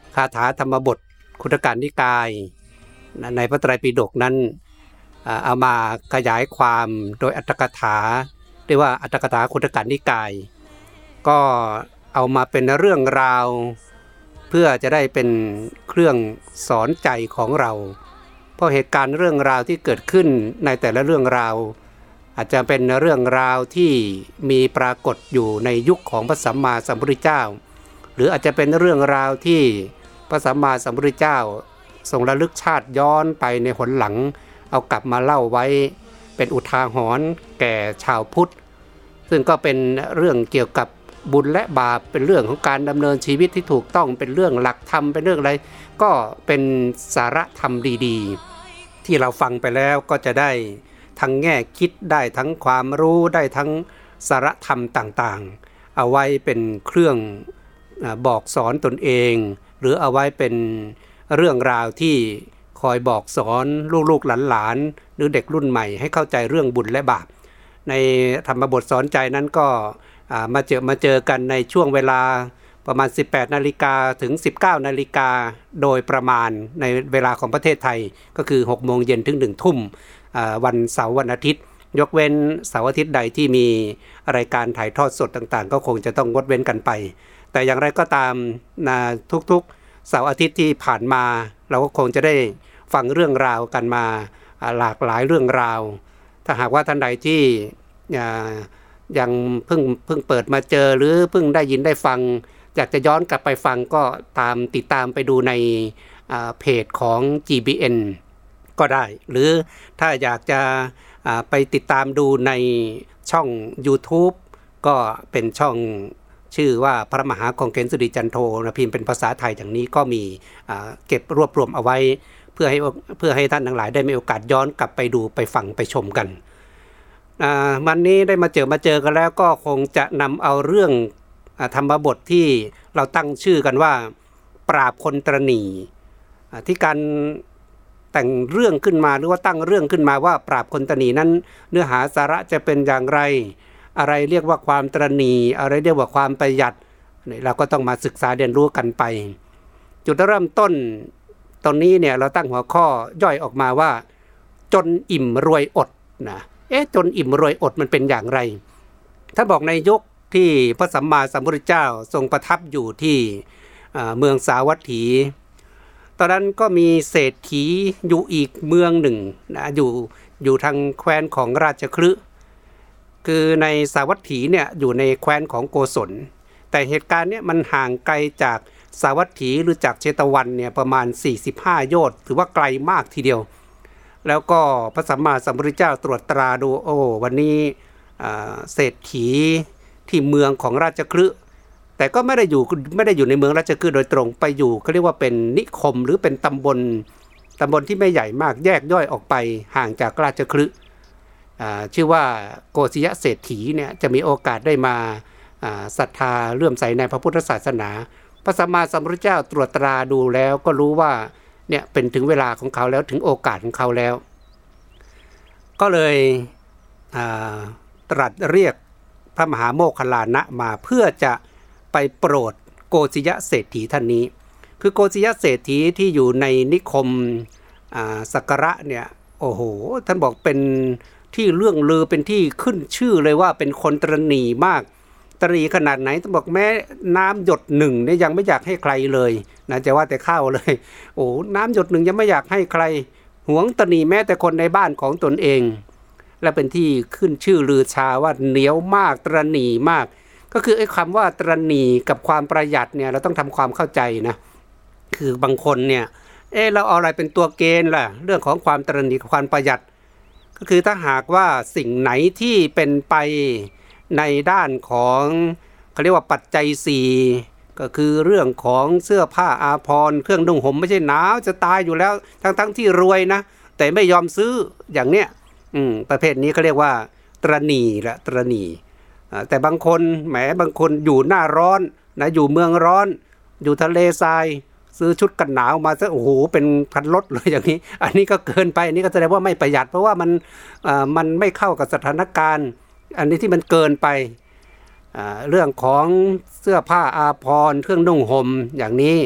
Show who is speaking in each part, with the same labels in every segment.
Speaker 1: คาถาธรรมบทคุตกนิกายในพระไตรปิฎกนั้นเอามาขยายความโดยอัตถกถาเรียกว่าอัตถกถาคุตกนิกายก็เอามาเป็นเรื่องราวเพื่อจะได้เป็นเครื่องสอนใจของเราเพราะเหตุการณ์เรื่องราวที่เกิดขึ้นในแต่ละเรื่องราวอาจจะเป็นเรื่องราวที่มีปรากฏอยู่ในยุคของพระสัมมาสัมพุทธเจ้าหรืออาจจะเป็นเรื่องราวที่พระสัมมาสัมพุทธเจ้าทรงระลึกชาติย้อนไปในหนหลังเอากลับมาเล่าไว้เป็นอุทาหรณ์แก่ชาวพุทธซึ่งก็เป็นเรื่องเกี่ยวกับบุญและบาปเป็นเรื่องของการดำเนินชีวิตที่ถูกต้องเป็นเรื่องหลักธรรมเป็นเรื่องอะไรก็เป็นสาระธรรมดีๆที่เราฟังไปแล้วก็จะได้ทั้งแง่คิดได้ทั้งความรู้ได้ทั้งสาระธรรมต่างๆเอาไว้เป็นเครื่องบอกสอนตนเองหรือเอาไว้เป็นเรื่องราวที่คอยบอกสอนลูกๆหลานๆหรือเด็กรุ่นใหม่ให้เข้าใจเรื่องบุญและบาปในธรรมบทสอนใจนั้นก็มาเจอกันในช่วงเวลาประมาณ 18 นาฬิกาถึง 19 นาฬิกาโดยประมาณในเวลาของประเทศไทยก็คือ 6 โมงเย็นถึง 1 ทุ่มวันเสาร์วันอาทิตย์ยกเว้นเสาร์อาทิตย์ใดที่มีรายการถ่ายทอดสดต่างๆก็คงจะต้องงดเว้นกันไปแต่อย่างไรก็ตามทุกๆเสาร์อาทิตย์ที่ผ่านมาเราก็คงจะได้ฟังเรื่องราวกันมาหลากหลายเรื่องราวถ้าหากว่าท่านใดที่ยังเพิ่งเปิดมาเจอหรือเพิ่งได้ยินได้ฟังอยากจะย้อนกลับไปฟังก็ติดตามไปดูในเพจของ GBN ก็ได้หรือถ้าอยากจะไปติดตามดูในช่อง YouTube ก็เป็นช่องชื่อว่าพระมหาคงเขนสุริจันโทนะพิมพ์เป็นภาษาไทยอย่างนี้ก็มีเก็บรวบรวมเอาไว้เพื่อให้ท่านทั้งหลายได้มีโอกาสย้อนกลับไปดูไปฟังไปชมกันวันนี้ได้มาเจอกันแล้วก็คงจะนำเอาเรื่องธรรมบทที่เราตั้งชื่อกันว่าปราบคนตระหนี่ที่การแต่งเรื่องขึ้นมาหรือว่าตั้งเรื่องขึ้นมาว่าปราบคนตระหนี่นั้นเนื้อหาสาระจะเป็นอย่างไรอะไรเรียกว่าความตระหนี่อะไรเรียกว่าความประหยัดเราก็ต้องมาศึกษาเรียนรู้กันไปจุดเริ่มต้นตอนนี้เนี่ยเราตั้งหัวข้อย่อยออกมาว่าจนอิ่มรวยอดนะจนอิ่มรวยอดมันเป็นอย่างไรถ้าบอกในยุคที่พระสัมมาสัมพุทธเจ้าทรงประทับอยู่ที่เมืองสาวัตถีตอนนั้นก็มีเศรษฐีอยู่อีกเมืองหนึ่งนะอยู่ทางแคว้นของราชคฤห์คือในสาวัตถีเนี่ยอยู่ในแคว้นของโกศลแต่เหตุการณ์เนี่ยมันห่างไกลจากสาวัตถีหรือจากเชตวันเนี่ยประมาณ45โยชน์ถือว่าไกลมากทีเดียวแล้วก็พระสัมมาสัมพุทธเจ้าตรวจตราดูวันนี้เศรษฐีที่เมืองของราชคฤห์แต่ก็ไม่ได้อยู่ในเมืองราชคฤห์โดยตรงไปอยู่เขาเรียกว่าเป็นนิคมหรือเป็นตำบลที่ไม่ใหญ่มากแยกย่อยออกไปห่างจากราชคฤห์ชื่อว่าโกศิยะเศรษฐีเนี่ยจะมีโอกาสได้มาศรัทธาเลื่อมใสในพระพุทธศาสนาพระสัมมาสัมพุทธเจ้าตรวจตราดูแล้วก็รู้ว่าเนี่ยเป็นถึงเวลาของเขาแล้วถึงโอกาสของเขาแล้วก็เลยตรัสเรียกพระมหาโมคคัลลานะมาเพื่อจะไปโปรดโกศิยะเศรษฐีท่านนี้คือโกศิยะเศรษฐีที่อยู่ในนิคมสักการะเนี่ยโอ้โหท่านบอกเป็นที่เรื่องลือเป็นที่ขึ้นชื่อเลยว่าเป็นคนตระหนี่มากตระหนี่ขนาดไหนท่านบอกแม้น้ำหยดหนึ่งเนี่ยยังไม่อยากให้ใครเลยนะจะว่าแต่ข้าวเลยโอ้น้ำหยดหนึ่งยังไม่อยากให้ใครหวงตระหนี่แม้แต่คนในบ้านของตนเองและเป็นที่ขึ้นชื่อลือชาว่าเหนียวมากตระหนี่มากก็คือไอ้คำว่าตระหนี่กับความประหยัดเนี่ยเราต้องทำความเข้าใจนะคือบางคนเนี่ยเราเอาอะไรเป็นตัวเกณฑ์ล่ะเรื่องของความตระหนี่กับความประหยัดก็คือถ้าหากว่าสิ่งไหนที่เป็นไปในด้านของเขาเรียกว่าปัจจัย4ก็คือเรื่องของเสื้อผ้าอาภรณ์เครื่องนุ่งห่มไม่ใช่หนาวจะตายอยู่แล้วทั้งที่รวยนะแต่ไม่ยอมซื้ออย่างเนี้ยประเภทนี้เขาเรียกว่าตระหนี่ละตระหนี่แต่บางคนบางคนอยู่หน้าร้อนนะอยู่เมืองร้อนอยู่ทะเลทรายซื้อชุดกันหนาวมาซะโอ้โหเป็นพันรถเลยอย่างนี้อันนี้ก็เกินไปอันนี้ก็แสดงว่าไม่ประหยัดเพราะว่ามันไม่เข้ากับสถานการณ์อันนี้ที่มันเกินไปเรื่องของเสื้อผ้าอาภรณ์เครื่องนุ่งห่มอย่างนี้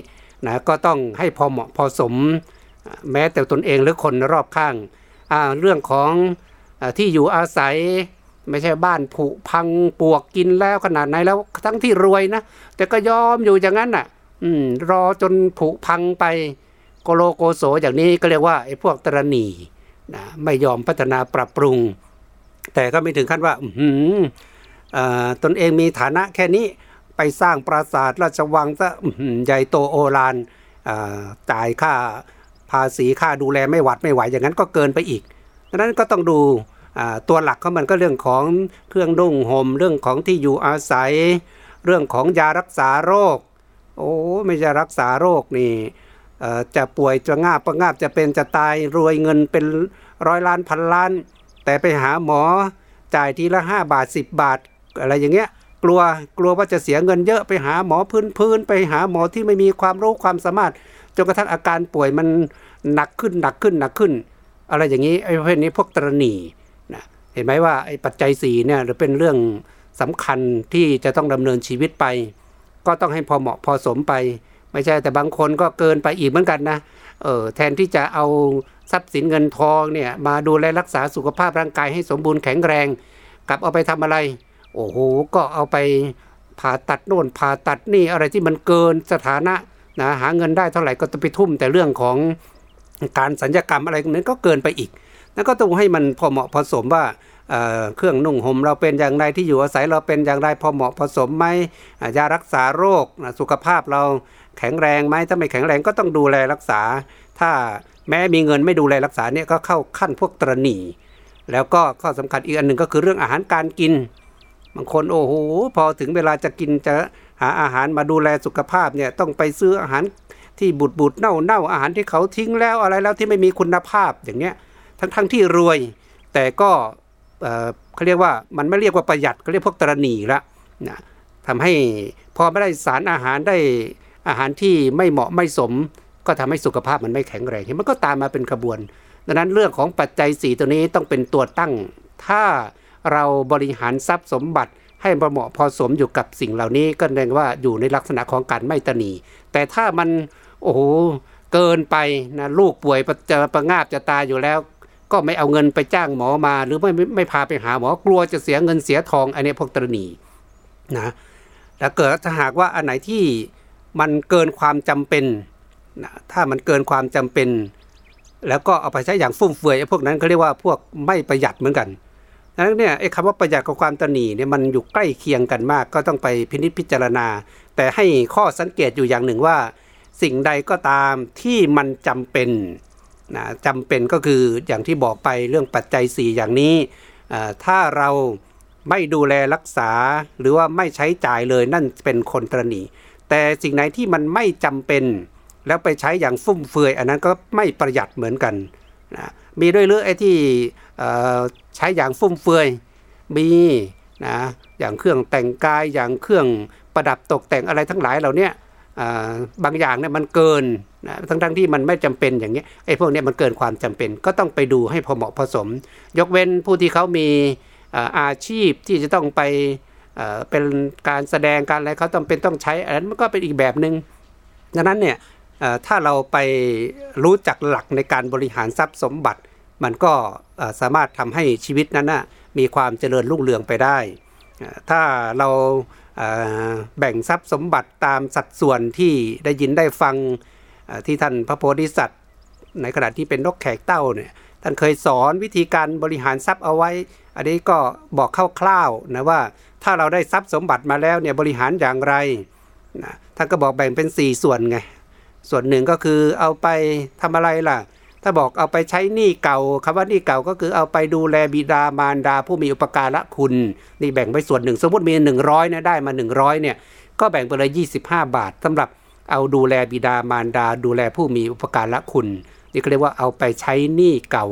Speaker 1: นะก็ต้องให้พอเหมาะพอสมแม้แต่ตนเองหรือคนรอบข้างเรื่องของที่อยู่อาศัยไม่ใช่บ้านผุพังปวกกินแล้วขนาดไหนแล้วทั้งที่รวยนะแต่ก็ยอมอยู่อย่างนั้นน่ะรอจนผุพังไปโกโลโกโสอย่างนี้ก็เรียกว่าไอ้พวกตระหนี่นะไม่ยอมพัฒนาปรับปรุงแต่ก็ไม่ถึงขั้นว่าตนเองมีฐานะแค่นี้ไปสร้างปราสาทราชวังซะใหญ่โตโอฬารจ่ายค่าภาษีค่าดูแลไม่หวัดไม่ไหวอย่างนั้นก็เกินไปอีกดังนั้นก็ต้องดูตัวหลักของมันก็เรื่องของเครื่องนุ่งห่มเรื่องของที่อยู่อาศัยเรื่องของยารักษาโรคไม่ใช่รักษาโรคนี่จะป่วยจะงาบประงาบจะเป็นจะตายรวยเงินเป็น100 ล้านพันล้านแต่ไปหาหมอจ่ายทีละ5 บาท10 บาทอะไรอย่างเงี้ยกลัวว่าจะเสียเงินเยอะไปหาหมอพื้นไปหาหมอที่ไม่มีความรู้ความสามารถจนกระทั่งอาการป่วยมันหนักขึ้นอะไรอย่างนี้ไอ้ประเภทนี้พวกตระหนี่นะเห็นไหมว่าไอ้ปัจจัย4เนี่ยเป็นเรื่องสำคัญที่จะต้องดำเนินชีวิตไปก็ต้องให้พอเหมาะพอสมไปไม่ใช่แต่บางคนก็เกินไปอีกเหมือนกันนะแทนที่จะเอาทรัพย์สินเงินทองเนี่ยมาดูแลรักษาสุขภาพร่างกายให้สมบูรณ์แข็งแรงกลับเอาไปทำอะไรก็เอาไปผ่าตัดโน่นผ่าตัดนี่อะไรที่มันเกินสถานะนะหาเงินได้เท่าไหร่ก็ต้องไปทุ่มแต่เรื่องของการศัลยกรรมอะไรนั้นก็เกินไปอีกนั่นก็ต้องให้มันพอเหมาะพอสมว่าเครื่องนุ่งห่มเราเป็นอย่างไรที่อยู่อาศัยเราเป็นอย่างไรพอเหมาะพอสมไหมยารักษาโรคสุขภาพเราแข็งแรงไหมถ้าไม่แข็งแรงก็ต้องดูแลรักษาถ้าแม้มีเงินไม่ดูแลรักษาเนี่ยก็เข้าขั้นพวกตระหนี่แล้วก็ข้อสำคัญอีกอันหนึ่งก็คือเรื่องอาหารการกินบางคนพอถึงเวลาจะกินจะหาอาหารมาดูแลสุขภาพเนี่ยต้องไปซื้ออาหารที่บูดเน่าอาหารที่เขาทิ้งแล้วอะไรแล้วที่ไม่มีคุณภาพอย่างเนี้ยทั้งที่รวยแต่ก็เขาเรียกว่ามันไม่เรียกว่าประหยัดเขาเรียกพวกตระหนี่ละนะทำให้พอไม่ได้สารอาหารได้อาหารที่ไม่เหมาะไม่สมก็ทำให้สุขภาพมันไม่แข็งแรงมันก็ตามมาเป็นขบวนดังนั้นเรื่องของปัจจัย4ตัวนี้ต้องเป็นตัวตั้งถ้าเราบริหารทรัพย์สมบัติให้เหมาะพอสมอยู่กับสิ่งเหล่านี้ก็แสดงว่าอยู่ในลักษณะของการไม่ตระหนี่แต่ถ้ามันเกินไปนะลูกป่วยจะประงาบจะตายอยู่แล้วก็ไม่เอาเงินไปจ้างหมอมาหรือไม่พาไปหาหมอกลัวจะเสียเงินเสียทองอันนี้พวกตระหนี่นะแล้วเกิดถ้าหากว่าอันไหนที่มันเกินความจำเป็นนะถ้ามันเกินความจำเป็นแล้วก็เอาไปใช้อย่างฟุ่มเฟือยพวกนั้นเขาเรียกว่าพวกไม่ประหยัดเหมือนกันดังนั้นเนี่ยไอ้คำว่าประหยัดกับความตระหนี่เนี่ยมันอยู่ใกล้เคียงกันมากก็ต้องไปพินิจพิจารณาแต่ให้ข้อสังเกตอยู่อย่างหนึ่งว่าสิ่งใดก็ตามที่มันจำเป็นนะจำเป็นก็คืออย่างที่บอกไปเรื่องปัจจัย4อย่างนี้ถ้าเราไม่ดูแลรักษาหรือว่าไม่ใช้จ่ายเลยนั่นเป็นคนตระหนี่แต่สิ่งไหนที่มันไม่จำเป็นแล้วไปใช้อย่างฟุ่มเฟือยอันนั้นก็ไม่ประหยัดเหมือนกันนะมีด้วยหรือไอ้ที่ใช้อย่างฟุ่มเฟือยมีนะอย่างเครื่องแต่งกายอย่างเครื่องประดับตกแต่งอะไรทั้งหลายเหล่านี้บางอย่างเนี่ยมันเกินนะทั้งที่มันไม่จำเป็นอย่างเงี้ยไอ้พวกนี้มันเกินความจำเป็นก็ต้องไปดูให้พอเหมาะพอสมยกเว้นผู้ที่เขามีอาชีพที่จะต้องไปเป็นการแสดงการอะไรเขาต้องใช้อันนั้นมันก็เป็นอีกแบบนึงดังนั้นเนี่ยถ้าเราไปรู้จักหลักในการบริหารทรัพย์สมบัติมันก็สามารถทำให้ชีวิตนั้นมีความเจริญรุ่งเรืองไปได้ถ้าเราแบ่งทรัพย์สมบัติตามสัดส่วนที่ได้ยินได้ฟังที่ท่านพระโพธิสัตว์ในขณะที่เป็นนกแขกเต้าเนี่ยท่านเคยสอนวิธีการบริหารทรัพย์เอาไว้อันนี้ก็บอกคร่าวๆนะว่าถ้าเราได้ทรัพย์สมบัติมาแล้วเนี่ยบริหารอย่างไรนะท่านก็บอกแบ่งเป็น4ส่วนไงส่วนหนึ่งก็คือเอาไปทำอะไรล่ะถ้าบอกเอาไปใช้หนี้เก่าคำว่าหนี้เก่าก็คือเอาไปดูแลบิดามารดาผู้มีอุปการะคุณนี่แบ่งไปส่วนหนึ่งสมมติมี100เนี่ยได้มา100เนี่ยก็แบ่งไปเลย25 บาทสำหรับเอาดูแลบิดามารดาดูแลผู้มีอุปการะคุณนี่ก็เรียกว่าเอาไปใช้หนี้เก่า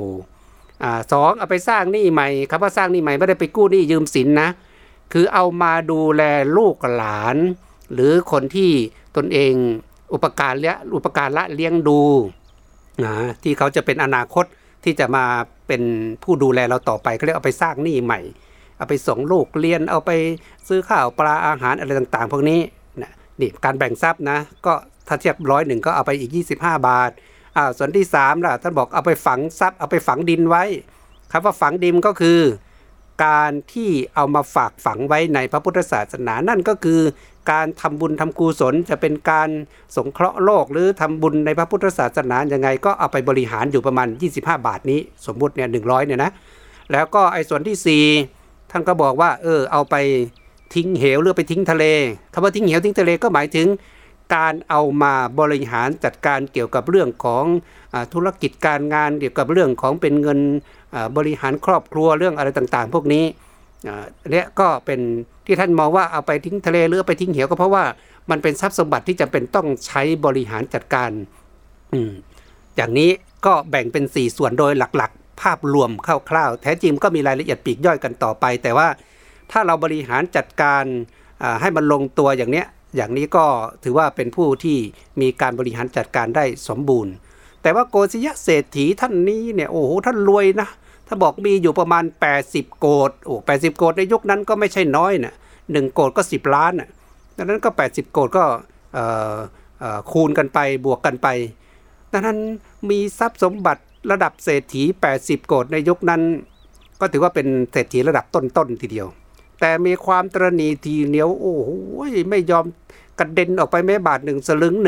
Speaker 1: 2เอาไปสร้างหนี้ใหม่คำว่าสร้างหนี้ใหม่ไม่ได้ไปกู้หนี้ยืมสินนะคือเอามาดูแลลูกหลานหรือคนที่ตนเองอุปการะเลี้ยงดูที่เขาจะเป็นอนาคตที่จะมาเป็นผู้ดูแลเราต่อไปเขาเรียกเอาไปสร้างหนี้ใหม่เอาไปส่งลูกเรียนเอาไปซื้อข้าวปลาอาหารอะไรต่างๆพวกนี้นี่การแบ่งทรัพย์นะก็ถ้าเทียบ100ก็เอาไปอีก25 บาทส่วนที่3ล่ะท่านบอกเอาไปฝังทรัพย์เอาไปฝังดินไว้ครับว่าฝังดินก็คือการที่เอามาฝากฝังไว้ในพระพุทธศาสนานั่นก็คือการทำบุญทำกุศลจะเป็นการสงเคราะห์โลกหรือทำบุญในพระพุทธศาสนายังไงก็เอาไปบริหารอยู่ประมาณ25 บาทนี้สมมุติเนี่ย100เนี่ยนะแล้วก็ไอ้ส่วนที่4ท่านก็บอกว่าเอาไปทิ้งเหวหรือไปทิ้งทะเลคำว่าทิ้งเหวทิ้งทะเลก็หมายถึงการเอามาบริหารจัดการเกี่ยวกับเรื่องของธุรกิจการงานเกี่ยวกับเรื่องของเป็นเงินบริหารครอบครัวเรื่องอะไรต่างๆพวกนี้เนี่ยก็เป็นที่ท่านมองว่าเอาไปทิ้งทะเลหรือเอาไปทิ้งเหวก็เพราะว่ามันเป็นทรัพย์สมบัติที่จำเป็นต้องใช้บริหารจัดการอย่างนี้ก็แบ่งเป็น4ส่วนโดยหลักๆภาพรวมคร่าวๆแท้จริงก็มีรายละเอียดปลีกย่อยกันต่อไปแต่ว่าถ้าเราบริหารจัดการให้มันลงตัวอย่างนี้ก็ถือว่าเป็นผู้ที่มีการบริหารจัดการได้สมบูรณ์แต่ว่าโกศยเศรษฐีท่านนี้เนี่ยโอ้โหท่านรวยนะถ้าบอกมีอยู่ประมาณ80 โกฏ80 โกฏในยุคนั้นก็ไม่ใช่น้อยนะ1 โกฏก็10 ล้านน่ะดังนั้นก็80 โกฏก็คูณกันไปบวกกันไปดังนั้นมีทรัพย์สมบัติระดับเศรษฐี80 โกฏในยุคนั้นก็ถือว่าเป็นเศรษฐีระดับต้นๆทีเดียวแต่มีความตระหนี่ทีเหนียวโอ้โหไม่ยอมกระเด็นออกไปแม้บาท1 สลึง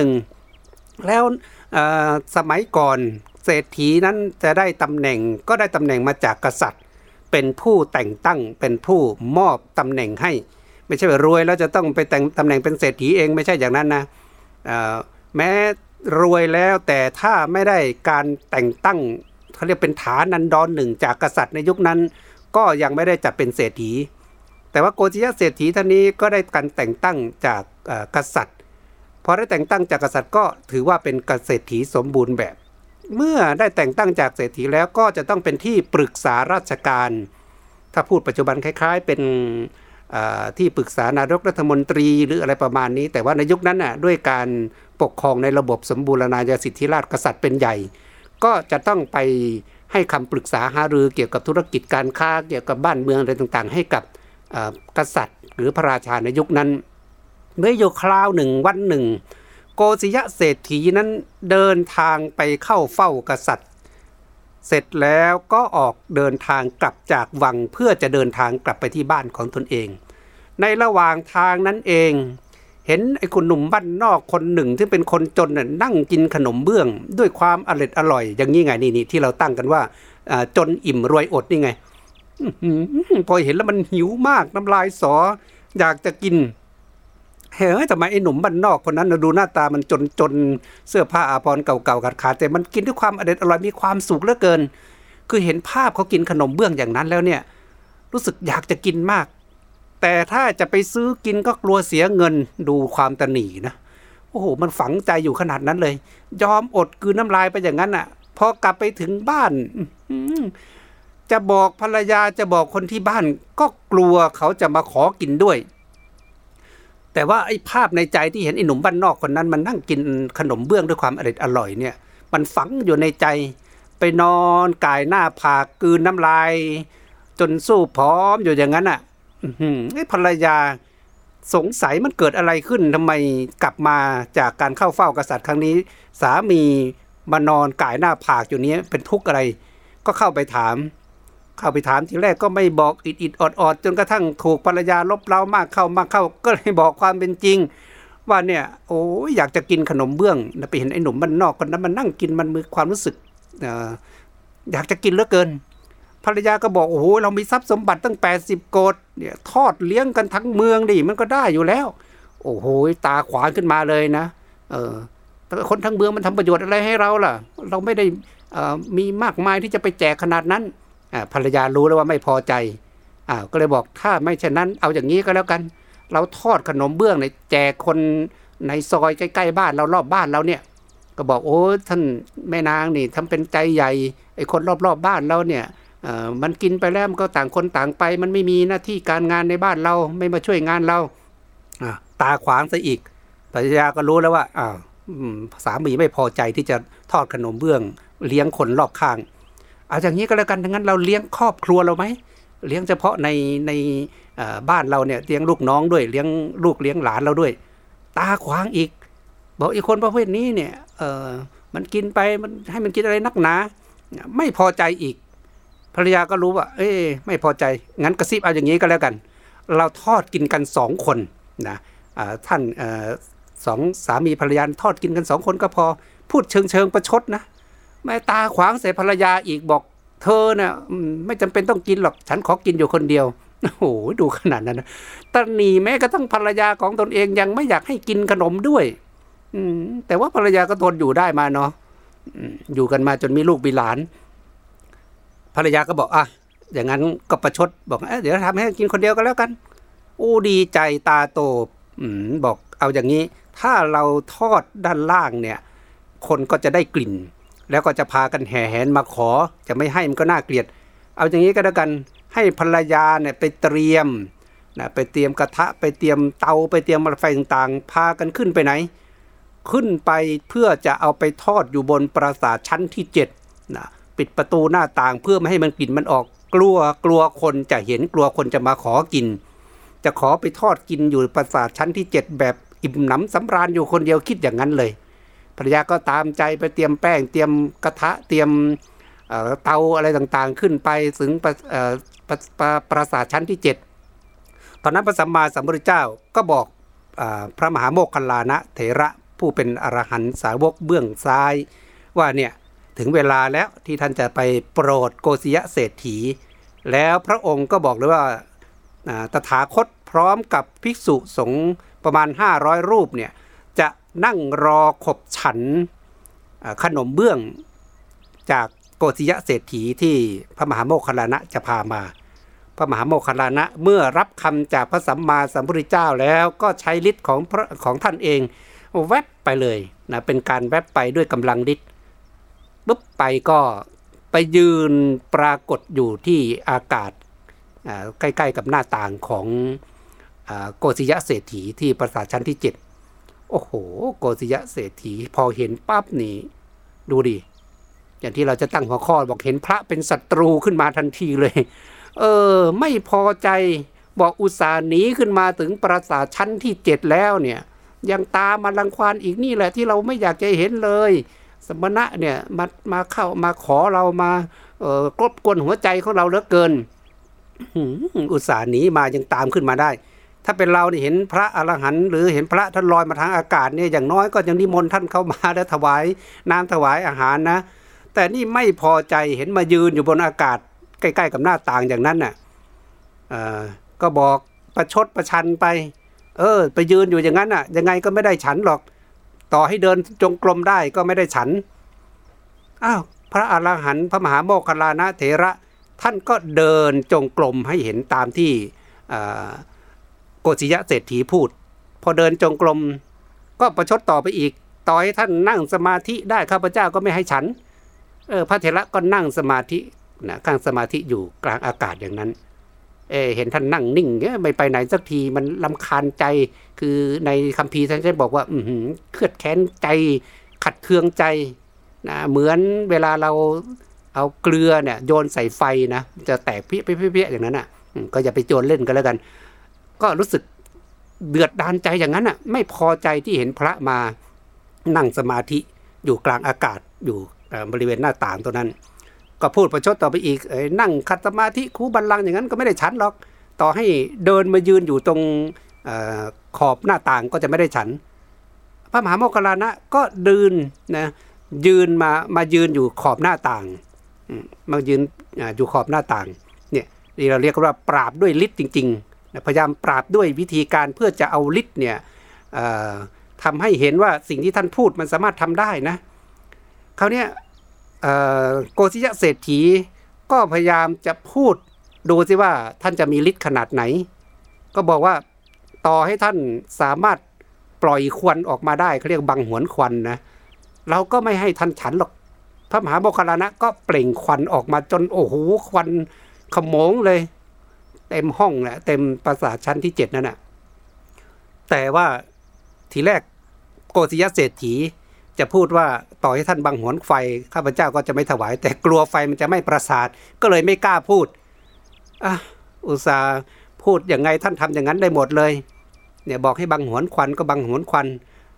Speaker 1: 1แล้วสมัยก่อนเศรษฐีนั้นจะได้ตำแหน่งก็ได้ตำแหน่งมาจากกษัตริย์เป็นผู้แต่งตั้งเป็นผู้มอบตำแหน่งให้ไม่ใช่ว่ารวยแล้วจะต้องไปแต่งตำแหน่งเป็นเศรษฐีเองไม่ใช่อย่างนั้นนะแม้รวยแล้วแต่ถ้าไม่ได้การแต่งตั้งเขาเรียกเป็นฐานันดรหนึ่งจากกษัตริย์ในยุคนั้นก็ยังไม่ได้จัดเป็นเศรษฐีแต่ว่าโกศยเศรษฐีท่านนี้ก็ได้การแต่งตั้งจากกษัตริย์พอได้แต่งตั้งจากกษัตริย์ก็ถือว่าเป็นเศรษฐีสมบูรณ์แบบเมื่อได้แต่งตั้งจากเศรษฐีแล้วก็จะต้องเป็นที่ปรึกษาราชการถ้าพูดปัจจุบันคล้ายๆเป็นที่ปรึกษานายกรัฐมนตรีหรืออะไรประมาณนี้แต่ว่าในยุคนั้นด้วยการปกครองในระบบสมบูรณาญาสิทธิราชย์กษัตริย์เป็นใหญ่ก็จะต้องไปให้คำปรึกษาหารือเกี่ยวกับธุรกิจการค้าเกี่ยวกับบ้านเมืองอะไรต่างๆให้กับกษัตริย์หรือพระราชาในยุคนั้นเมื่ออยู่คราวหนึ่งวันหนึ่งโกศยเศรษฐีนั้นเดินทางไปเข้าเฝ้ากษัตริย์เสร็จแล้วก็ออกเดินทางกลับจากวังเพื่อจะเดินทางกลับไปที่บ้านของตนเองในระหว่างทางนั้นเองเห็นไอ้คนหนุ่มบ้านนอกคนหนึ่งที่เป็นคนจนนั่งกินขนมเบื้องด้วยความอร่อยอย่างนี้ไงนี่ที่เราตั้งกันว่าจนอิ่มรวยอดนี่ไงพอเห็นแล้วมันหิวมากน้ำลายสออยากจะกินเฮ้ยทำไมไอ้หนุ่มบ้านนอกคนนั้นดูหน้าตามันจนเสื้อผ้าอาภรณ์เก่าๆขาดๆแต่มันกินด้วยความอร่อยมีความสุขเหลือเกินคือเห็นภาพเขากินขนมเบื้องอย่างนั้นแล้วเนี่ยรู้สึกอยากจะกินมากแต่ถ้าจะไปซื้อกินก็กลัวเสียเงินดูความตนีนะโอ้โหมันฝังใจอยู่ขนาดนั้นเลยยอมอดกลืนน้ำลายไปอย่างนั้นอ่ะพอกลับไปถึงบ้านจะบอกภรรยาจะบอกคนที่บ้านก็กลัวเขาจะมาขอกินด้วยแต่ว่าไอ้ภาพในใจที่เห็นไอ้หนุ่มบ้านนอกคนนั้นมันนั่งกินขนมเบื้องด้วยความอร่อยเนี่ยมันฝังอยู่ในใจไปนอนกายหน้าผากกลืนน้ำลายจนสู้ผอมอยู่อย่างนั้นอ่ะไอ้ภรรยาสงสัยมันเกิดอะไรขึ้นทำไมกลับมาจากการเข้าเฝ้ากษัตริย์ครั้งนี้สามีมานอนกายหน้าผากอยู่นี้เป็นทุกข์อะไรก็เข้าไปถามทีแรกก็ไม่บอกอิดออดจนกระทั่งถูกภรรยาลบเล้ามากเข้าก็เลยบอกความเป็นจริงว่าเนี่ยโอ้ยอยากจะกินขนมเบื้องไปเห็นไอ้หนุ่มบ้านนอกคนนั้นมันนั่งกินมันมีความรู้สึกอยากจะกินเหลือเกินภรรยาก็บอกโอ้โหเรามีทรัพย์สมบัติตั้ง80 โกฏเนี่ยทอดเลี้ยงกันทั้งเมืองดิมันก็ได้อยู่แล้วโอ้โหตาขวางขึ้นมาเลยนะแต่คนทั้งเมืองมันทำประโยชน์อะไรให้เราล่ะเราไม่ได้มีมากมายที่จะไปแจกขนาดนั้นภรรยารู้แล้วว่าไม่พอใจก็เลยบอกถ้าไม่เช่นนั้นเอาอย่างนี้ก็แล้วกันเราทอดขนมเบื้องในแจกคนในซอยใกล้ๆบ้านเรารอบบ้านเราเนี่ยก็บอกโอ้ท่านแม่นางนี่ทำเป็นใจใหญ่ไอ้คนรอบๆบ้านเราเนี่ยมันกินไปแล้วมันก็ต่างคนต่างไปมันไม่มีหน้าที่การงานในบ้านเราไม่มาช่วยงานเราตาขวางซะอีกภรรยาก็รู้แล้วว่าสามีไม่พอใจที่จะทอดขนมเบื้องเลี้ยงคนรอบข้างเอาอย่างนี้ก็แล้วกันทั้งนั้นเราเลี้ยงครอบครัวเราไหมเลี้ยงเฉพาะในบ้านเราเนี่ยเลี้ยงลูกน้องด้วยเลี้ยงลูกเลี้ยงหลานเราด้วยตาขวางอีกบอกอีกคนประเภทนี้เนี่ยมันกินไปมันให้มันกินอะไรนักหนาไม่พอใจอีกภรรยาก็รู้ว่าไม่พอใจงั้นกระซิบเอาอย่างนี้ก็แล้วกันเราทอดกินกัน2 คนนะท่านสองสามีภรรยาทอดกินกัน2 คนก็พอพูดเชิงประชดนะไม่ตาขวางใส่ภรรยาอีกบอกเธอน่ะไม่จำเป็นต้องกินหรอกฉันขอกินอยู่คนเดียวโอ้โหดูขนาดนั้นนะตระหนี่แม้กระทั่งภรรยาของตนเองยังไม่อยากให้กินขนมด้วยแต่ว่าภรรยาก็ทนอยู่ได้มาเนาะอยู่กันมาจนมีลูกมีหลานภรรยาก็บอกอย่างนั้นก็ประชดบอกเดี๋ยวทำให้กินคนเดียวก็แล้วกันโอ้ดีใจตาโตบอกเอาอย่างนี้ถ้าเราทอดด้านล่างเนี่ยคนก็จะได้กลิ่นแล้วก็จะพากันแห่แหนมาขอจะไม่ให้มันก็น่าเกลียดเอาอย่างนี้ก็แล้วกันให้ภรรยาเนี่ยไปเตรียมกระทะไปเตรียมเตาไปเตรียมอะไรต่างๆพากันขึ้นไปไหนขึ้นไปเพื่อจะเอาไปทอดอยู่บนปราสาทชั้นที่7นะปิดประตูหน้าต่างเพื่อไม่ให้มันกลิ่นมันออกกลัวคนจะเห็นกลัวคนจะมาขอกินจะขอไปทอดกินอยู่ปราสาทชั้นที่7แบบอิ่มหนำสำราญอยู่คนเดียวคิดอย่างนั้นเลยภรรยาก็ตามใจไปเตรียมแป้งเตรียมกระทะเตรียมเตาอะไรต่างๆขึ้นไปถึงปราสาทชั้นที่7ตอนนั้นพระสัมมาสัมพุทธเจ้าก็บอกพระมหาโมคคัลลานะเถระผู้เป็นอรหันตสาวกเบื้องซ้ายว่าเนี่ยถึงเวลาแล้วที่ท่านจะไปโปรดโกศยเศรษฐีแล้วพระองค์ก็บอกเลยว่าตถาคตพร้อมกับภิกษุสงฆ์ประมาณ500 รูปเนี่ยจะนั่งรอขบฉันขนมเบื้องจากโกศยเศรษฐีที่พระมหาโมคคัลลานะจะพามาพระมหาโมคคัลลานะเมื่อรับคำจากพระสัมมาสัมพุทธเจ้าแล้วก็ใช้ฤทธิ์ของท่านเองแวบไปเลยนะเป็นการแวบไปด้วยกำลังฤทธิ์ปุ๊บไปก็ไปยืนปรากฏอยู่ที่อากาศใกล้ๆกับหน้าต่างของโกศยเศรษฐีที่ปราสาทชั้นที่7โอ้โหโกศยเศรษฐีพอเห็นปั๊บนี่ดูดิอย่างที่เราจะตั้งหัวข้อบอกเห็นพระเป็นศัตรูขึ้นมาทันทีเลยไม่พอใจบอกอุตส่าห์หนีขึ้นมาถึงปราสาทชั้นที่7แล้วเนี่ยยังตามมารังควานอีกนี่แหละที่เราไม่อยากจะเห็นเลยสมณะเนี่ยมาเข้ามาขอเรามากรบกวนหัวใจของเราเหลือเกินอุตส่าห์หนีมายังตามขึ้นมาได้ถ้าเป็นเราเนี่ยเห็นพระอรหันต์หรือเห็นพระท่านลอยมาทางอากาศเนี่ยอย่างน้อยก็ยังนิมนต์ท่านเข้ามาแล้วถวายน้ำถวายอาหารนะแต่นี่ไม่พอใจเห็นมายืนอยู่บนอากาศใกล้ๆกับหน้าต่างอย่างนั้นน่ะก็บอกประชดประชันไปไปยืนอยู่อย่างนั้นน่ะยังไงก็ไม่ได้ฉันหรอกต่อให้เดินจงกรมได้ก็ไม่ได้ฉันพระอรหันต์พระมหาโมคคัลลานะเถระท่านก็เดินจงกรมให้เห็นตามที่โกศยเศรษฐีพูดพอเดินจงกรมก็ประชดต่อไปอีกต่อให้ท่านนั่งสมาธิได้ข้าพเจ้าก็ไม่ให้ฉันพระเถระก็นั่งสมาธินะข้างสมาธิอยู่กลางอากาศอย่างนั้นเห็นท่านนั่งนิ่งไม่ไปไหนสักทีมันรำคาญใจคือในคัมภีร์ท่านจะบอกว่าเครียดแค้นใจขัดเคืองใจนะเหมือนเวลาเราเอาเกลือเนี่ยโยนใส่ไฟนะจะแตกเพี้ยอย่างนั้นก็อย่าไปโยนเล่นกันแล้วกันก็รู้สึกเดือดดาลใจอย่างนั้นไม่พอใจที่เห็นพระมานั่งสมาธิอยู่กลางอากาศอยู่บริเวณหน้าต่างตัวนั้นก็พูดประชดต่อไปอีกนั่งขัดสมาธิคูบัลลังก์อย่างนั้นก็ไม่ได้ฉันหรอกต่อให้เดินมายืนอยู่ตรงขอบหน้าต่างก็จะไม่ได้ฉันพระมหาโมคคัลลานะก็เดินนะยืนมายืนอยู่ขอบหน้าต่างมายืนอยู่ขอบหน้าต่างเนี่ยนี่เราเรียกว่าปราบด้วยฤทธิ์จริงๆพยายามปราบด้วยวิธีการเพื่อจะเอาฤทธิ์เนี่ยทำให้เห็นว่าสิ่งที่ท่านพูดมันสามารถทำได้นะคราวนี้โกศยเศรษฐีก็พยายามจะพูดดูสิว่าท่านจะมีฤทธิ์ขนาดไหนก็บอกว่าต่อให้ท่านสามารถปล่อยควันออกมาได้เขาเรียกบังหวนควันนะเราก็ไม่ให้ท่านฉันหรอกพระมหาโมคคัลลานะก็เปล่งควันออกมาจนโอ้โหควันขโมงเลยเต็มห้องแหละเต็มปราสาทชั้นที่7นั่นน่ะแต่ว่าทีแรกโกศยเศรษฐีจะพูดว่าต่อให้ท่านบังหวนไฟข้าพเจ้าก็จะไม่ถวายแต่กลัวไฟมันจะไม่ประสาทก็เลยไม่กล้าพูดอุตส่าห์พูดอย่างไงท่านทำอย่างนั้นได้หมดเลยเนี่ยบอกให้บังหวนควันก็บังหวนควัน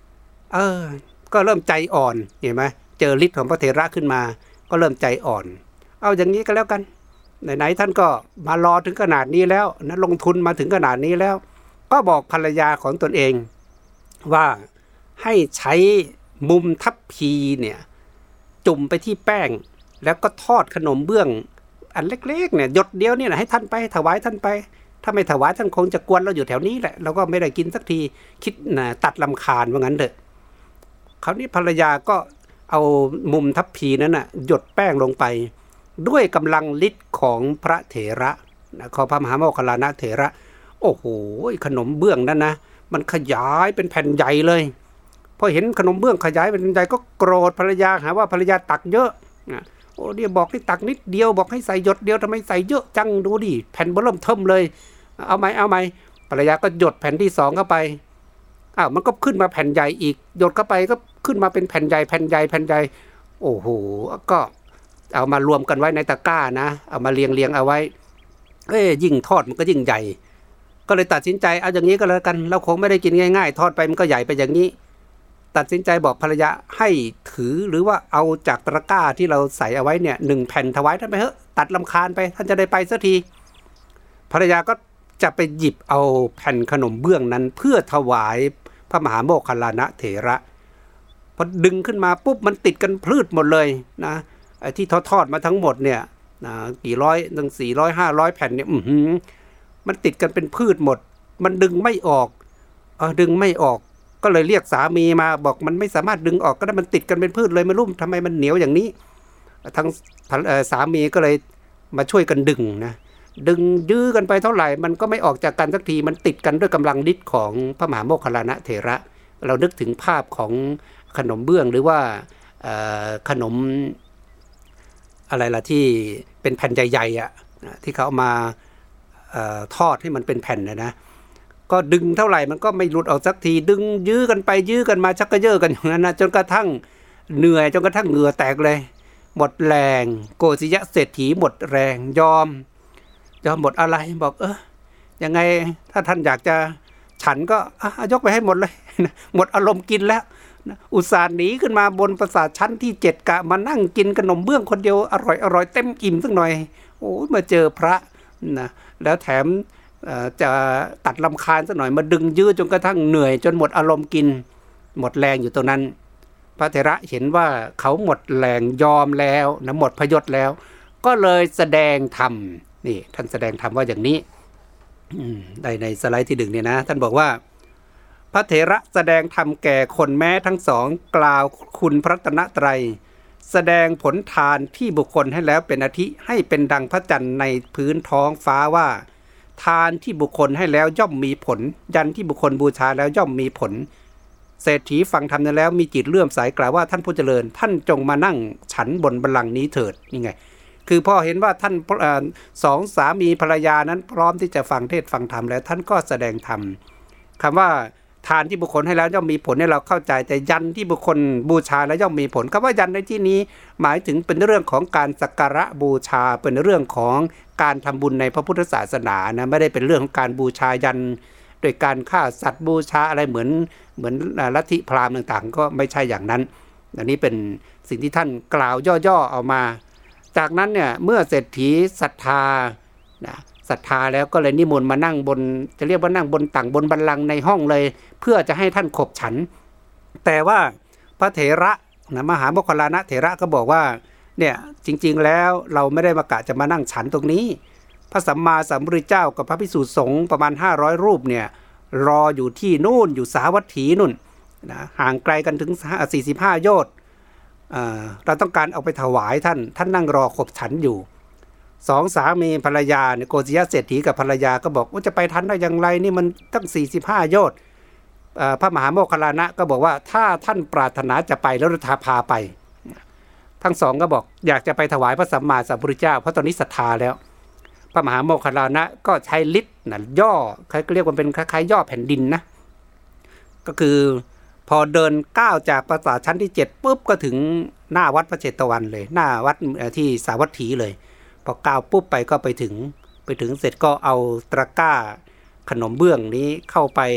Speaker 1: ก็เริ่มใจอ่อนเห็นไหมเจอฤทธิ์ของพระเถระขึ้นมาก็เริ่มใจอ่อนเอาอย่างนี้ก็แล้วกันไหนๆท่านก็มารอถึงขนาดนี้แล้วนะลงทุนมาถึงขนาดนี้แล้วก็บอกภรรยาของตนเองว่าให้ใช้มุมทัพพีเนี่ยจุ่มไปที่แป้งแล้วก็ทอดขนมเบื้องอันเล็กๆเนี่ยหยดเดียวเนี่ยให้ท่านไปถวายท่านไปถ้าไม่ถวายท่านคงจะกวนเราอยู่แถวนี้แหละเราก็ไม่ได้กินสักทีคิดนะตัดลำคาญว่างั้นเถอะคราวนี้ภรรยาก็เอามุมทัพพีนั้นน่ะหยดแป้งลงไปด้วยกำลังฤทธิ์ของพระเถระของพระมหาโมคคัลลานะเถระโอ้โหขนมเบื้องนั้นนะมันขยายเป็นแผ่นใหญ่เลยพอเห็นขนมเบื้องขยายเป็นแผ่นใหญ่ก็โกรธภรรยาหาว่าภรรยาตักเยอะโอ้เดี๋ยวบอกให้ตักนิดเดียวบอกให้ใส่หยดเดียวทำไมใส่เยอะจังดูดิแผ่นเบิ่มเทิ่มเลยเอาไหมภรรยาก็หยดแผ่นที่สองเข้าไปมันก็ขึ้นมาแผ่นใหญ่อีกหยดเข้าไปก็ขึ้นมาเป็นแผ่นใหญ่โอ้โหก็เอามารวมกันไว้ในตะกร้านะเอามาเรียงเอาไว้ยิ่งทอดมันก็ยิ่งใหญ่ก็เลยตัดสินใจเอาอย่างนี้ก็แล้วกันเราคงไม่ได้กินง่ายๆทอดไปมันก็ใหญ่ไปอย่างนี้ตัดสินใจบอกภรรยาให้ถือหรือว่าเอาจากตะกร้าที่เราใส่เอาไว้เนี่ย1แผ่นถวายท่านไปเถอะตัดลำคาญไปท่านจะได้ไปสักทีภรรยาก็จะไปหยิบเอาแผ่นขนมเบื้องนั้นเพื่อถวายพระมหาโมคคัลลานะเถระพอดึงขึ้นมาปุ๊บมันติดกันพลืดหมดเลยนะไอ้ที่ทอดมาทั้งหมดเนี่ยกี่ร้อยถึง400 500แผ่นเนี่ยมันติดกันเป็นพืชหมดมันดึงไม่ออกดึงไม่ออกก็เลยเรียกสามีมาบอกมันไม่สามารถดึงออกก็ได้มันติดกันเป็นพืชเลยไม่รู้ทำไมมันเหนียวอย่างนี้ทั้งสามีก็เลยมาช่วยกันดึงนะดึงยื้อกันไปเท่าไหร่มันก็ไม่ออกจากกันสักทีมันติดกันด้วยกำลังฤทธิ์ของพระมหาโมคคัลลานะเถระเรานึกถึงภาพของขนมเบื้องหรือว่าขนมอะไรล่ะที่เป็นแผ่นใหญ่ๆที่เขาเอามาทอดให้มันเป็นแผ่นนะก็ดึงเท่าไหร่มันก็ไม่หลุดออกสักทีดึงยื้อกันไปยื้อกันมาชักกระเยาะกันอย่างนั้นนะจนกระทั่งเหนื่อยจนกระทั่งเหงื่อแตกเลยหมดแรงโกศิยะเศรษฐีหมดแรงยอมหมดอะไรบอกยังไงถ้าท่านอยากจะฉันก็ยกไปให้หมดเลยหมดอารมณ์กินแล้วอุตส่าห์หนีขึ้นมาบนปราสาทชั้นที่7กะมานั่งกินขนมเบื้องคนเดียวอร่อยเต็มอิ่มสักหน่อยโอ้มาเจอพระนะแล้วแถมจะตัดลำคาญสักหน่อยมาดึงยื้อจนกระทั่งเหนื่อยจนหมดอารมณ์กินหมดแรงอยู่ตรงนั้นพระเถระเห็นว่าเขาหมดแรงยอมแล้วนะหมดพยศแล้วก็เลยแสดงธรรมนี่ท่านแสดงธรรมว่าอย่างนี้ในสไลด์ที่1เนี่ยนะท่านบอกว่าพระเถระแสดงธรรมแก่คนแม้ทั้งสองกล่าวคุณพระรัตนตรัยแสดงผลทานที่บุคคลให้แล้วเป็นอาทิให้เป็นดังพระจันทร์ในพื้นท้องฟ้าว่าทานที่บุคคลให้แล้วย่อมมีผลยันที่บุคคลบูชาแล้วย่อมมีผลเศรษฐีฟังธรรมนั้นแล้วมีจิตเลื่อมใสกล่าวว่าท่านผู้เจริญท่านจงมานั่งฉันบนบัลลังก์นี้เถิดนี่ไงคือพอเห็นว่าท่านสองสามีภรรยานั้นพร้อมที่จะฟังเทศฟังธรรมแล้วท่านก็แสดงธรรมคำว่าทานที่บุคคลให้แล้วย่อมมีผลให้เราเข้าใจแต่ยันที่บุคคลบูชาแล้วย่อมมีผลคำว่ายันในที่นี้หมายถึงเป็นเรื่องของการสักการะบูชาเป็นเรื่องของการทำบุญในพระพุทธศาสนานะไม่ได้เป็นเรื่องของการบูชายันโดยการฆ่าสัตว์บูชาอะไรเหมือนลัทธิพราหมณ์ต่างๆก็ไม่ใช่อย่างนั้นอันนี้เป็นสิ่งที่ท่านกล่าวย่อๆเอามาจากนั้นเนี่ยเมื่อเศรษฐีศรัทธาแล้วก็เลยนิมนต์มานั่งบนจะเรียกว่านั่งบนต่างบนบัลลังก์ในห้องเลยเพื่อจะให้ท่านขบฉันแต่ว่าพระเถระมหาโมคคัลลานะเถระก็บอกว่าเนี่ยจริงๆแล้วเราไม่ได้มากะจะมานั่งฉันตรงนี้พระสัมมาสัมพุทธเจ้ากับพระภิกษุสงฆ์ประมาณ500รูปเนี่ยรออยู่ที่นู่นอยู่สาวัตถีนู่นนะห่างไกลกันถึง45โยชน์เราต้องการเอาไปถวายท่านนั่งรอขบฉันอยู่2สามีภรรยาเนี่ยโกศิยะเศรษฐีกับภรรยาก็บอกว่าจะไปทันได้อย่างไรนี่มันตั้ง45โยชน์พระมหาโมคคัลลานะก็บอกว่าถ้าท่านปรารถนาจะไปแล้วเราพาไปทั้งสองก็บอกอยากจะไปถวายพระสัมมาสัมพุทธเจ้าเพราะตอนนี้ศรัทธาแล้วพระมหาโมคคัลลานะก็ใช้ฤทธิ์ย่อใครก็เรียกว่าเป็นคล้ายๆย่อแผ่นดินนะก็คือพอเดินก้าวจากปราสาทชั้นที่7ปุ๊บก็ถึงหน้าวัดพระเชตวันเลยหน้าวัดที่สาวัตถีเลยพอก้าวปุ๊บไปก็ไปถึงเสร็จก็เอาตะกร้าขนมเบื้องนี้เข้าไป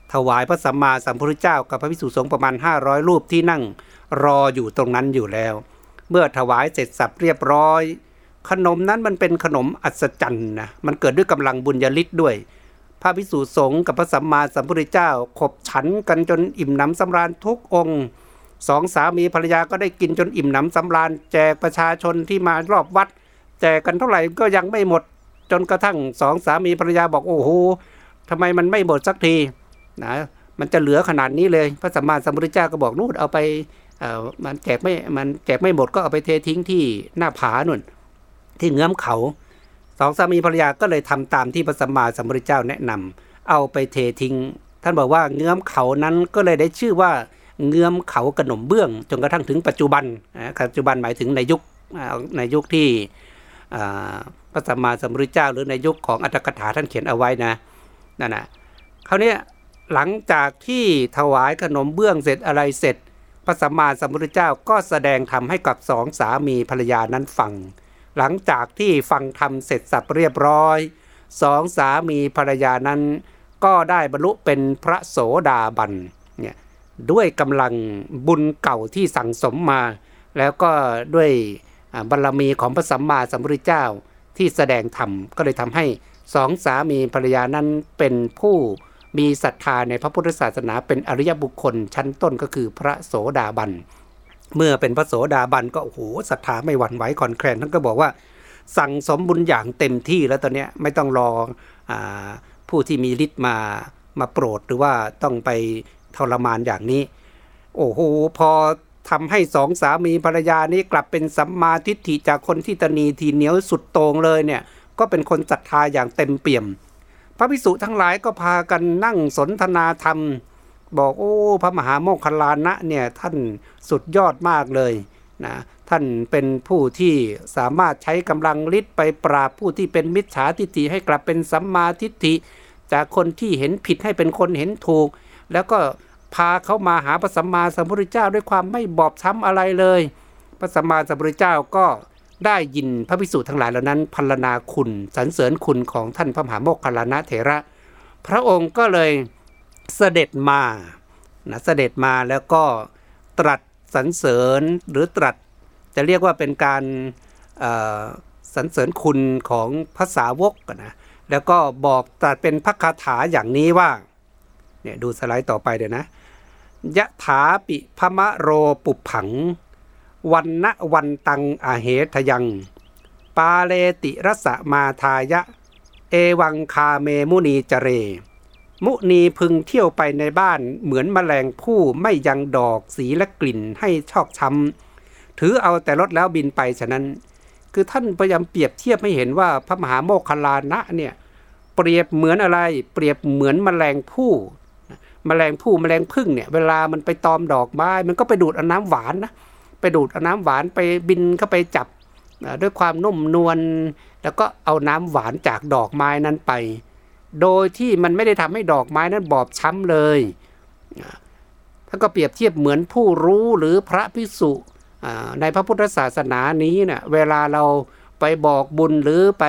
Speaker 1: ถวายพระสัมมาสัมพุทธเจ้ากับพระภิกษุสงฆ์ประมาณ500รูปที่นั่งรออยู่ตรงนั้นอยู่แล้วเมื่อถวายเสร็จสับเรียบร้อยขนมนั้นมันเป็นขนมอัศจรรย์นะมันเกิดด้วยกำลังบุญญาฤทธิ์ด้วยพระภิกษุสงฆ์กับพระสัมมาสัมพุทธเจ้าขบฉันกันจนอิ่มหนำสำราญทุกองค์สองสามีภรรยาก็ได้กินจนอิ่มหนำสำราญแจกประชาชนที่มารอบวัดแจกกันเท่าไหร่ก็ยังไม่หมดจนกระทั่งสองสามีภรรยาบอกโอ้โหทำไมมันไม่หมดสักทีนะมันจะเหลือขนาดนี้เลยพระสัมมาสัมพุทธเจ้าก็บอกนู่นเอาไปมันแจกไม่หมดก็เอาไปเททิ้งที่หน้าผานู่นที่เงื้อมเขาสองสามีภรรยาก็เลยทำตามที่พระสัมมาสัมพุทธเจ้าแนะนำเอาไปเททิ้งท่านบอกว่าเงื้อมเขานั้นก็เลยได้ชื่อว่าเงื้อมเขาขนมเบื้องจนกระทั่งถึงปัจจุบันปัจจุบันหมายถึงในยุคที่พระสัมมาสัมพุทธเจ้าหรือในยุคของอรรถกถาท่านเขียนเอาไว้นะนั่นนะคราวนี้หลังจากที่ถวายขนมเบื้องเสร็จอะไรเสร็จพระสัมมาสัมพุทธเจ้าก็แสดงธรรมให้กับสองสามีภรรยานั้นฟังหลังจากที่ฟังธรรมเสร็จสับเรียบร้อยสองสามีภรรยานั้นก็ได้บรรลุเป็นพระโสดาบันเนี่ยด้วยกำลังบุญเก่าที่สั่งสมมาแล้วก็ด้วยบารมีของพระสัมมาสัมพุทธเจ้าที่แสดงธรรมก็เลยทำให้สองสามีภรรยานั้นเป็นผู้มีศรัทธาในพระพุทธศาสนาเป็นอริยบุคคลชั้นต้นก็คือพระโสดาบันเมื่อเป็นพระโสดาบันก็โอ้โหศรัทธาไม่หวั่นไหวคลอนแคลนท่านก็บอกว่าสั่งสมบุญอย่างเต็มที่แล้วตอนนี้ไม่ต้องรอผู้ที่มีฤทธิ์มาโปรดหรือว่าต้องไปทรมานอย่างนี้โอ้โหพอทำให้สองสามีภรรยานี้กลับเป็นสัมมาทิฏฐิจากคนที่ตนีทีเหนียวสุดโต่งเลยเนี่ยก็เป็นคนศรัทธาอย่างเต็มเปี่ยมพระภิกษุทั้งหลายก็พากันนั่งสนทนาธรรมบอกโอ้พระมหาโมคคัลลานะเนี่ยท่านสุดยอดมากเลยนะท่านเป็นผู้ที่สามารถใช้กำลังฤทธิ์ไปปราบผู้ที่เป็นมิจฉาทิฏฐิให้กลับเป็นสัมมาทิฏฐิจากคนที่เห็นผิดให้เป็นคนเห็นถูกแล้วก็พาเขามาหาพระสัมมาสัมพุทธเจ้าด้วยความไม่บอบช้ำอะไรเลยพระสัมมาสัมพุทธเจ้าก็ได้ยินพระภิกษุทั้งหลายเหล่านั้นพรรณนาคุณสรรเสริญคุณของท่านพระมหาโมคคัลลานะเถระพระองค์ก็เลยเสด็จมาแล้วก็ตรัสสรรเสริญหรือตรัสจะเรียกว่าเป็นการสรรเสริญคุณของพระสาวกนะแล้วก็บอกตรัสเป็นพระคาถาอย่างนี้ว่าเนี่ยดูสไลด์ต่อไปเดี๋ยวนะยะถาปิพมะโรปุผังวันนะวันตังอาเหทยังปาเลติรสมาทายะเอวังคาเมมุนีจเรมุนีพึงเที่ยวไปในบ้านเหมือนแมลงผู้ไม่ยังดอกสีและกลิ่นให้ชอกช้ำถือเอาแต่รสแล้วบินไปฉะนั้นคือท่านพยายามเปรียบเทียบให้เห็นว่าพระมหาโมคคัลลานะเนี่ยเปรียบเหมือนอะไรเปรียบเหมือนแมลงผึ้งเนี่ยเวลามันไปตอมดอกไม้มันก็ไปดูดเอาน้ำหวานนะไปดูดเอาน้ำหวานไปบินเข้าไปจับด้วยความนุ่มนวลแล้วก็เอาน้ำหวานจากดอกไม้นั้นไปโดยที่มันไม่ได้ทำให้ดอกไม้นั้นบอบช้ำเลยท่านก็เปรียบเทียบเหมือนผู้รู้หรือพระภิกษุในพระพุทธศาสนานี้เนี่ยเวลาเราไปบอกบุญหรือไป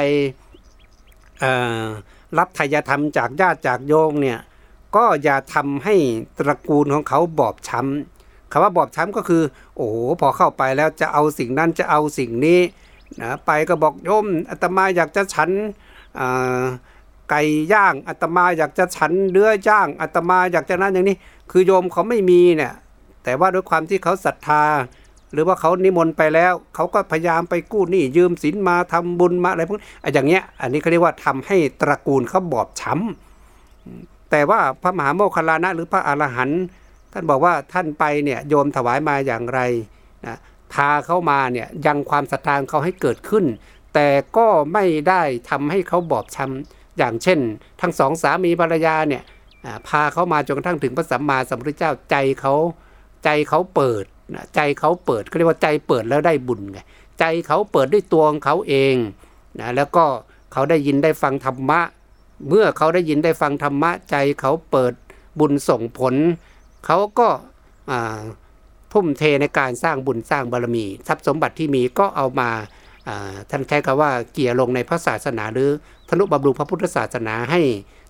Speaker 1: รับไถ่ธรรมจากญาติจากโยมเนี่ยก็อย่าทำให้ตระกูลของเขาบอบช้ำคำว่าบอบช้ำก็คือโอ้โหพอเข้าไปแล้วจะเอาสิ่งนั้นจะเอาสิ่งนี้นะไปก็บอกโยมอาตมาอยากจะฉันไก่ย่างอาตมาอยากจะฉันเนื้อย่างอาตมาอยากจะนั้นอย่างนี้คือโยมเขาไม่มีเนี่ยแต่ว่าด้วยความที่เขาศรัทธาหรือว่าเขานิมนต์ไปแล้วเขาก็พยายามไปกู้หนี้ยืมสินมาทำบุญมาอะไรพวกนี้อย่างเงี้ยอันนี้เขาเรียกว่าทำให้ตระกูลเขาบอบช้ำแต่ว่าพระมหาโมคคัลลานะหรือพระอรหันต์ท่านบอกว่าท่านไปเนี่ยโยมถวายมาอย่างไรนะพาเขามาเนี่ยยังความศรัทธาเขาให้เกิดขึ้นแต่ก็ไม่ได้ทำให้เขาบอบช้ำอย่างเช่นทั้งสองสามีภรรยาเนี่ยพาเขามาจนกระทั่งถึงพระสัมมาสัมพุทธเจ้าใจเขาเปิดใจเขาเปิดเขาเรียกว่าใจเปิดแล้วได้บุญไงใจเขาเปิดด้วยตัวของเขาเองนะแล้วก็เขาได้ยินได้ฟังธรรมะเมื่อเขาได้ยินได้ฟังธรรมะใจเขาเปิดบุญส่งผลเขาก็ทุ่มเทในการสร้างบุญสร้างบารมีทรัพย์สมบัติที่มีก็เอามาท่านใช้คำว่าเกี่ยลงในพระศาสนาหรือทนุบำรุงพระพุทธศาสนาให้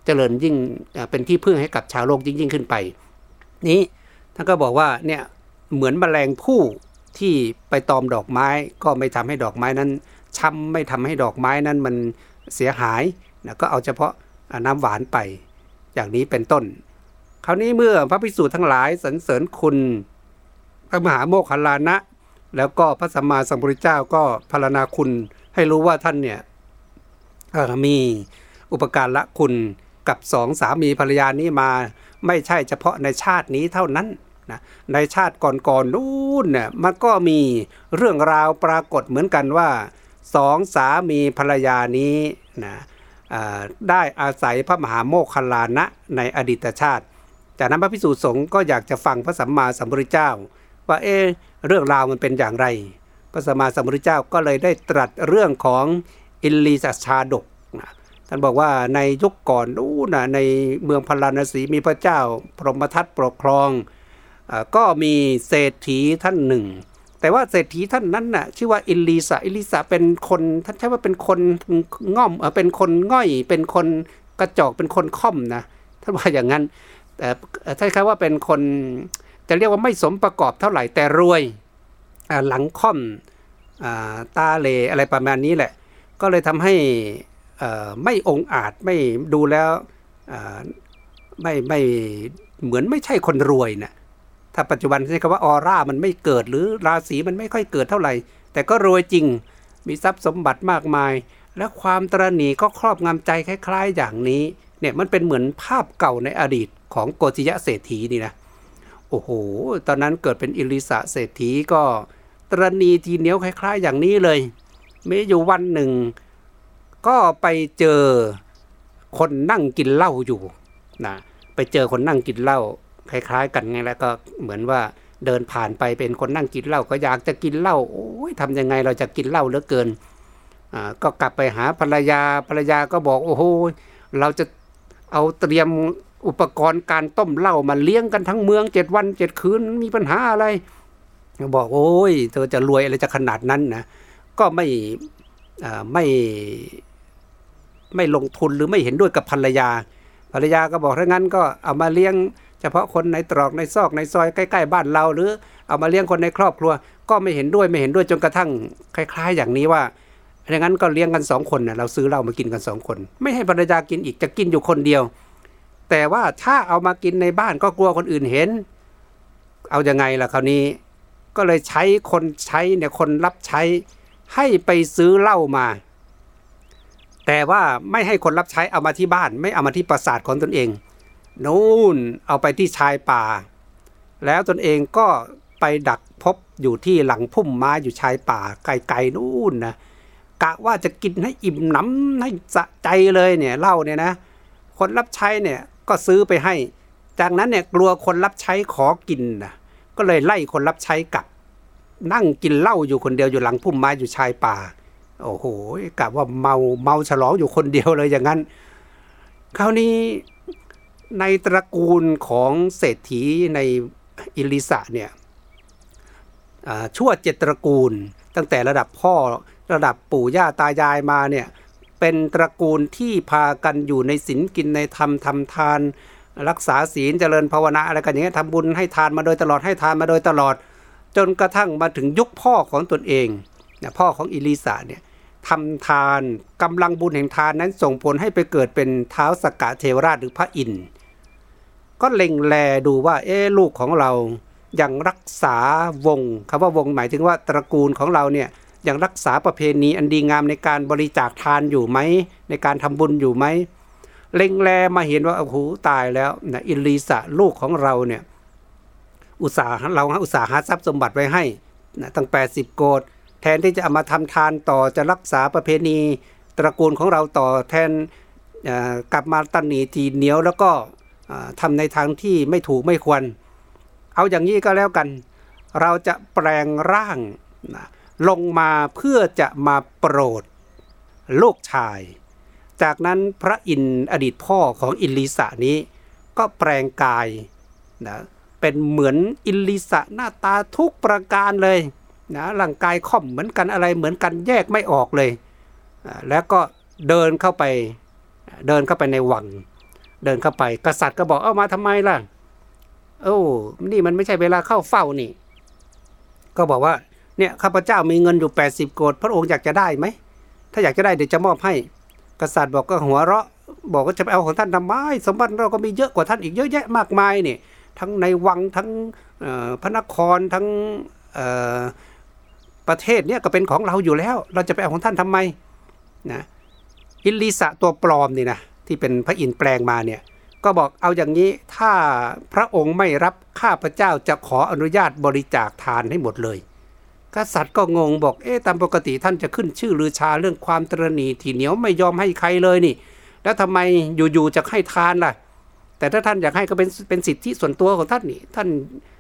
Speaker 1: เจริญยิ่งเป็นที่พึ่งให้กับชาวโลกยิ่งขึ้นไปนี้ท่านก็บอกว่าเนี่ยเหมือนแมลงผู้ที่ไปตอมดอกไม้ก็ไม่ทำให้ดอกไม้นั้นช้ำไม่ทำให้ดอกไม้นั้นมันเสียหายนะก็เอาเฉพาะน้ำหวานไปอย่างนี้เป็นต้นคราวนี้เมื่อพระภิกษุทั้งหลายสรรเสริญคุณพระมหาโมคคัลลานะแล้วก็พระสัมมาสัมพุทธเจ้าก็พรรณนาคุณให้รู้ว่าท่านเนี่ยมีอุปการะคุณกับสองสามีภรรยานี้มาไม่ใช่เฉพาะในชาตินี้เท่านั้นนะในชาติก่อนนู้นเนี่ยมันก็มีเรื่องราวปรากฏเหมือนกันว่าสองสามีภรรยานี้นะได้อาศัยพระมหาโมคคัลลานะในอดีตชาติจากนั้นพระภิกษุสงฆ์ก็อยากจะฟังพระสัมมาสัมพุทธเจ้าว่าเรื่องราวมันเป็นอย่างไรพระสัมมาสัมพุทธเจ้าก็เลยได้ตรัสเรื่องของอิลลีสชาดกนะท่านบอกว่าในยุคก่อนนู้นในเมืองพาราณสีมีพระเจ้าพรหมทัตปกครองก็มีเศรษฐีท่านหนึ่งแต่ว่าเศรษฐีท่านนั้นน่ะชื่อว่าอิลลีสเป็นคนท่านใช้ว่าเป็นคนง่อมเป็นคนง่อยเป็นคนกระจอกเป็นคนค่อมนะท่านว่าอย่างนั้นแต่ใช่ครับว่าเป็นคนจะเรียกว่าไม่สมประกอบเท่าไหร่แต่รวยหลังค่อมตาเลอะไรประมาณนี้แหละก็เลยทำให้ไม่องอาจไม่ดูแล้วไม่เหมือนไม่ใช่คนรวยนะถ้าปัจจุบันใช้คำว่าออร่ามันไม่เกิดหรือราศีมันไม่ค่อยเกิดเท่าไหร่แต่ก็รวยจริงมีทรัพย์สมบัติมากมายและความตระหนี่ก็ครอบงำใจคล้ายๆอย่างนี้เนี่ยมันเป็นเหมือนภาพเก่าในอดีตของโกฏิยะเศรษฐีนี่นะโอ้โหตอนนั้นเกิดเป็นอิลิสะเศรษฐีก็ตระหนี่ทีเหนียวคล้ายๆอย่างนี้เลยมีอยู่วันหนึ่งก็ไปเจอคนนั่งกินเหล้าอยู่นะไปเจอคนนั่งกินเหล้าคล้ายๆกันไงแล้วก็เหมือนว่าเดินผ่านไปเป็นคนนั่งกินเหล้าก็อยากจะกินเหล้าโอ้ยทำยังไงเราจะกินเหล้าเหลือเกินก็กลับไปหาภรรยาก็บอกโอ้โหเราจะเอาเตรียมอุปกรณ์การต้มเหล้ามาเลี้ยงกันทั้งเมือง7 วัน 7 คืนมีปัญหาอะไรบอกโอ้ยเธอจะรวยอะไรจะขนาดนั้นนะก็ไม่ลงทุนหรือไม่เห็นด้วยกับภรรยาก็บอกถ้างั้นก็เอามาเลี้ยงเฉพาะคนในตรอกในซอกในซอยใกล้ๆบ้านเราหรือเอามาเลี้ยงคนในครอบครัวก็ไม่เห็นด้วยจนกระทั่งคล้ายๆอย่างนี้ว่าถ้างั้นก็เลี้ยงกัน2 คนนะเราซื้อเหล้ามากินกัน2 คนไม่ให้ภรรยากินอีกจะกินอยู่คนเดียวแต่ว่าถ้าเอามากินในบ้านก็กลัวคนอื่นเห็นเอายังไงล่ะคราวนี้ก็เลยใช้คนรับใช้ให้ไปซื้อเหล้ามาแต่ว่าไม่ให้คนรับใช้เอามาที่บ้านไม่เอามาที่ปราสาทของตนเองนู่นเอาไปที่ชายป่าแล้วตนเองก็ไปดักพบอยู่ที่หลังพุ่มไม้อยู่ชายป่าไกลๆนู่นนะกะว่าจะกินให้อิ่มหนำให้สะใจเลยเนี่ยเหล้าเนี่ยนะคนรับใช้เนี่ยก็ซื้อไปให้จากนั้นเนี่ยกลัวคนรับใช้ขอกินนะก็เลยไล่คนรับใช้กลับนั่งกินเหล้าอยู่คนเดียวอยู่หลังพุ่มไม้อยู่ชายป่าโอ้โหกะว่าเมาฉลองอยู่คนเดียวเลยอย่างนั้นคราวนี้ในตระกูลของเศรษฐีในอิลิสะเนี่ยชั่ว7 ตระกูลตั้งแต่ระดับพ่อระดับปู่ย่าตายายมาเนี่ยเป็นตระกูลที่พากันอยู่ในศีลกินในธรรมทำทานรักษาศีลเจริญภาวนาอะไรกันอย่างนี้ทำบุญให้ทานมาโดยตลอดให้ทานมาโดยตลอดจนกระทั่งมาถึงยุคพ่อของตนเองพ่อของอิลิสะเนี่ยทำทานกำลังบุญแห่งทานนั้นส่งผลให้ไปเกิดเป็นท้าวสักกะเทวราชหรือพระอินทร์ก็เล็งแลดูว่าลูกของเรายังรักษาวงคำว่าวงหมายถึงว่าตระกูลของเราเนี่ยยังรักษาประเพณีอันดีงามในการบริจาคทานอยู่ไหมในการทำบุญอยู่ไหมเล็งแลมาเห็นว่าโอ้โหตายแล้วนะอิลิสะลูกของเราเนี่ยอุตส่าห์หาทรัพย์สมบัติไว้ให้นะตั้ง80 โกฏแทนที่จะเอามาทำทานต่อจะรักษาประเพณีตระกูลของเราต่อแทนกลับมาตันหนีทีเหนียวแล้วก็ทำในทางที่ไม่ถูกไม่ควรเอาอย่างนี้ก็แล้วกันเราจะแปลงร่างนะลงมาเพื่อจะมาโปรดลูกชายจากนั้นพระอินทร์อดีตพ่อของอิลิสะนี้ก็แปลงกายนะเป็นเหมือนอิลิสะหน้าตาทุกประการเลยนะร่างกายค่อมเหมือนกันอะไรเหมือนกันแยกไม่ออกเลยแล้วก็เดินเข้าไปในวังเดินเข้าไปกษัตริย์ก็บอกมาทำไมล่ะนี่มันไม่ใช่เวลาเข้าเฝ้านี่ก็บอกว่าเนี่ยข้าพเจ้ามีเงินอยู่80โกฏพระองค์อยากจะได้ไหมถ้าอยากจะได้เดี๋ยวจะมอบให้กษัตริย์บอกก็หัวเราะบอกว่าจะไปเอาของท่านทำไมสมบัติเราก็มีเยอะกว่าท่านอีกเยอะแยะมากมายนี่ทั้งในวังทั้งพระนครทั้งประเทศเนี่ยก็เป็นของเราอยู่แล้วเราจะไปเอาของท่านทำไมนะอิลลิสะตัวปลอมนี่นะที่เป็นพระอินทร์แปลงมาเนี่ยก็บอกเอาอย่างนี้ถ้าพระองค์ไม่รับข้าพเจ้าจะขออนุญาตบริจาคทานให้หมดเลยกษัตริย์ก็งงบอกตามปกติท่านจะขึ้นชื่อลือชาเรื่องความตระหนี่ถี่เหนียวไม่ยอมให้ใครเลยนี่แล้วทำไมอยู่ๆจะให้ทานล่ะแต่ถ้าท่านอยากให้ก็เป็นสิทธิส่วนตัวของท่านนี่ท่าน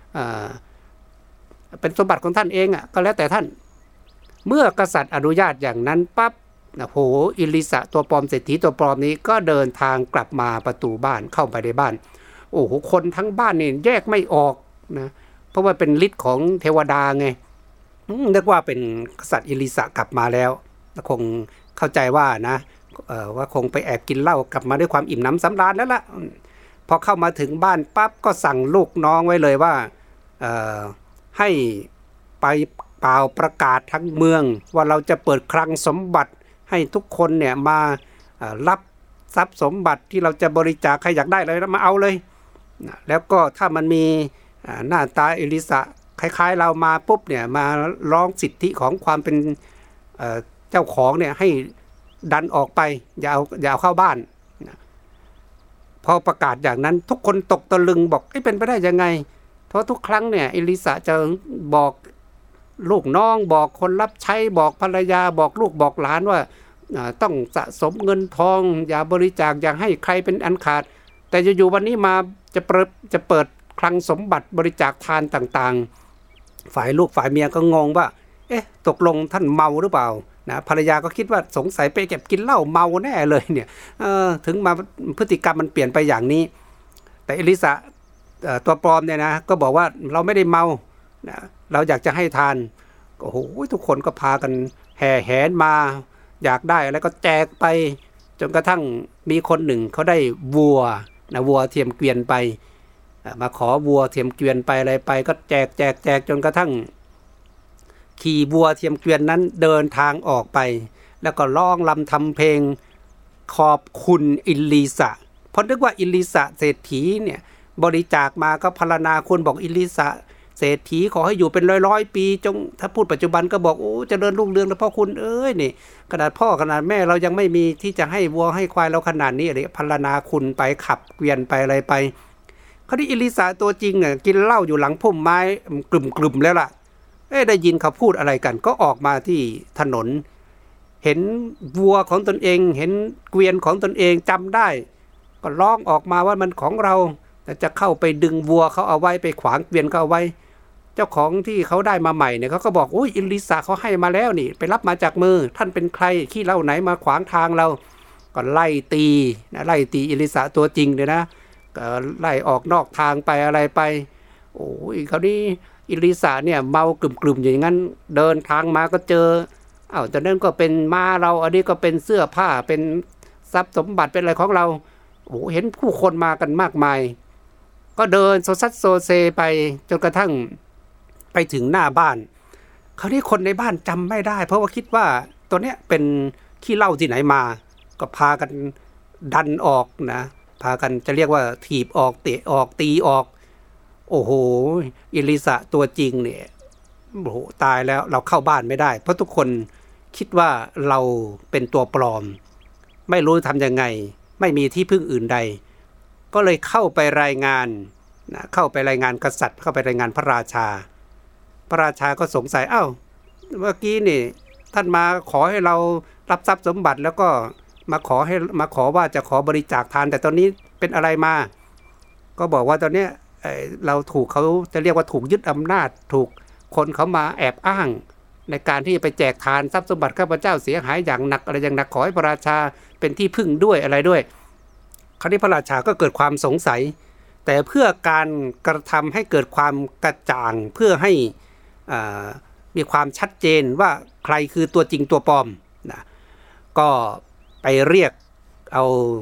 Speaker 1: เป็นสมบัติของท่านเองก็แล้วแต่ท่านเมื่อกษัตริย์อนุญาตอย่างนั้นปั๊บอิลลิสะตัวปลอมเศรษฐีตัวปลอมนี้ก็เดินทางกลับมาประตูบ้านเข้าไปในบ้านคนทั้งบ้านนี่แยกไม่ออกนะเพราะว่าเป็นฤทธิ์ของเทวดาไงเรียกว่าเป็นกษัตริย์อิลลิสะกลับมาแล้วคงเข้าใจว่านะว่าคงไปแอบกินเหล้ากลับมาด้วยความอิ่มหนำสำราญแล้วล่ะพอเข้ามาถึงบ้านปั๊บก็สั่งลูกน้องไว้เลยว่าให้ไปเป่าประกาศทั้งเมืองว่าเราจะเปิดคลังสมบัติให้ทุกคนเนี่ยมารับทรัพย์สมบัติที่เราจะบริจาคใครอยากได้อะไรมาเอาเลยแล้วก็ถ้ามันมีหน้าตาอิลลิสะคล้ายๆเรามาปุ๊บเนี่ยมาร้องสิทธิของความเป็นเจ้าของเนี่ยให้ดันออกไปอย่าเอาเข้าบ้านพอประกาศอย่างนั้นทุกคนตกตะลึงบอกเป็นไปได้ยังไงเพราะทุกครั้งเนี่ยอิลลิสะจะบอกลูกน้องบอกคนรับใช้บอกภรรยาบอกลูกบอกหลานว่าต้องสะสมเงินทองอย่าบริจาคอย่าให้ใครเป็นอันขาดแต่อยู่วันนี้มาจะเปิดคลังสมบัติบริจาคทานต่างๆฝ่ายลูกฝ่ายเมียก็งงว่าตกลงท่านเมาหรือเปล่านะภรรยาก็คิดว่าสงสัยไปเก็บกินเหล้าเมาแน่เลยเนี่ยถึงมาพฤติกรรมมันเปลี่ยนไปอย่างนี้แต่อิลลิสะตัวปลอมเนี่ยนะก็บอกว่าเราไม่ได้เมานะเราอยากจะให้ทานทุกคนก็พากันแห่แหนมาอยากได้อะไรก็แจกไปจนกระทั่งมีคนหนึ่งเขาได้วัวเทียมเกวียนไปมาขอวัวเทียมเกวียนไปอะไรไปก็แจกจนกระทั่งขี่วัวเทียมเกวียนนั้นเดินทางออกไปแล้วก็ร้องรำทำเพลงขอบคุณอิลลิสะเพราะนึกว่าอิลลิสะเศรษฐีเนี่ยบริจาคมาก็พรรณนาคุณบอกอิลลิสะเศรษฐีขอให้อยู่เป็นร้อยปีจงถ้าพูดปัจจุบันก็บอกเจริญรุ่งเรืองนะพ่อคุณนี่ขนาดพ่อขนาดแม่เรายังไม่มีที่จะให้วัวให้ควายเราขนาดนี้อะไรพรรณนาคุณไปขับเกวียนไปอะไรไปเขาที่อิลลิสะตัวจริงเนี่ยกินเหล้าอยู่หลังพุ่มไม้กลุ่มแล้วล่ะได้ยินเขาพูดอะไรกันก็ออกมาที่ถนนเห็นวัวของตนเองเห็นเกวียนของตนเองจำได้ก็ร้องออกมาว่ามันของเราแต่จะเข้าไปดึงวัวเขาเอาไว้ไปขวางเกวียนเขาเอาไว้เจ้าของที่เขาได้มาใหม่เนี่ยเขาก็บอกอิลลิสะเขาให้มาแล้วนี่ไปรับมาจากมือท่านเป็นใครขี้เหล้าไหนมาขวางทางเราก็ไล่ตีอิลลิสะตัวจริงเลยนะก็ไล่ออกนอกทางไปอะไรไปเขานี่อิลลิสะเนี่ยเมากลุ่มอย่างนั้นเดินทางมาก็เจอจากนั้นก็เป็นม้าเราอันนี้ก็เป็นเสื้อผ้าเป็นทรัพย์สมบัติเป็นอะไรของเราเห็นผู้คนมากันมากมายก็เดินโซซัดโซเซไปจนกระทั่งไปถึงหน้าบ้านคราวนี้คนในบ้านจำไม่ได้เพราะว่าคิดว่าตัวเนี้ยเป็นขี้เหล้าที่ไหนมาก็พากันดันออกนะพากันจะเรียกว่าถีบออกเตะออกตีออกอิลลิสะตัวจริงเนี่ยตายแล้วเราเข้าบ้านไม่ได้เพราะทุกคนคิดว่าเราเป็นตัวปลอมไม่รู้ทำยังไงไม่มีที่พึ่งอื่นใดก็เลยเข้าไปรายงานเข้าไปรายงานกษัตริย์เข้าไปรายงานพระราชาก็สงสัยเมื่อกี้นี่ท่านมาขอให้เรารับทรัพย์สมบัติแล้วก็มาขอว่าจะขอบริจาคทานแต่ตอนนี้เป็นอะไรมาก็บอกว่าตอนนี้เราถูกเขาจะเรียกว่าถูกยึดอำนาจถูกคนเขามาแอบอ้างในการที่จะไปแจกทานทรัพย์สมบัติข้าพเจ้าเสียหายอย่างหนักอะไรอย่างหนักขอให้พระราชาเป็นที่พึ่งด้วยอะไรด้วยคราวนี้พระราชาก็เกิดความสงสัยแต่เพื่อการกระทำให้เกิดความกระจ่างเพื่อให้มีความชัดเจนว่าใครคือตัวจริงตัวปลอมนะก็ไปเรียกเอา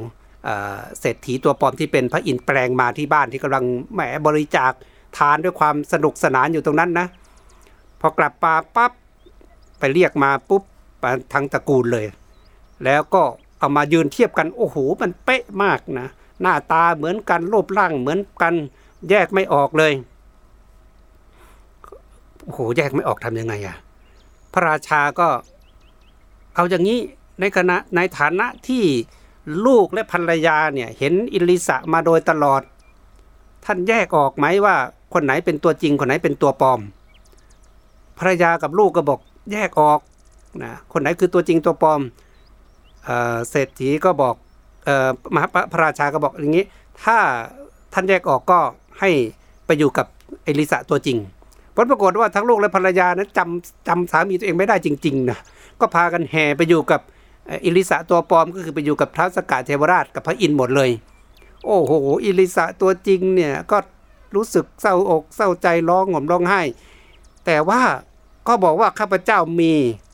Speaker 1: เศรษฐีตัวปลอมที่เป็นพระอินทร์แปลงมาที่บ้านที่กำลังแหมบริจาคทานด้วยความสนุกสนานอยู่ตรงนั้นนะพอกลับมาปั๊บไปเรียกมาปุ๊บทั้งตระกูลเลยแล้วก็เอามายืนเทียบกันโอ้โหมันเป๊ะมากนะหน้าตาเหมือนกันรูปร่างเหมือนกันแยกไม่ออกเลยโอ้โหแยกไม่ออกทำยังไงอะพระราชาก็เอาอย่างนี้ในฐานะที่ลูกและภรรยาเนี่ยเห็นอิลิสะมาโดยตลอดท่านแยกออกไหมว่าคนไหนเป็นตัวจริงคนไหนเป็นตัวปลอมภรรยากับลูกก็บอกแยกออกนะคนไหนคือตัวจริงตัวปลอมเศรษฐีก็บอกพระราชาก็บอกอย่างนี้ถ้าท่านแยกออกก็ให้ไปอยู่กับอิลิสะตัวจริงผลปรากฏว่าทั้งลูกและภรรยานั้นจำสามีตัวเองไม่ได้จริงๆนะก็พากันแห่ไปอยู่กับอิลิสะตัวปลอมก็คือไปอยู่กับท้าวสกะเทวราชกับพระอินทร์หมดเลยโอ้โหอิลิสะตัวจริงเนี่ยก็รู้สึกเศร้าอกเศร้าใจร้องห่มร้องไห้แต่ว่าก็บอกว่าข้าพเจ้ามี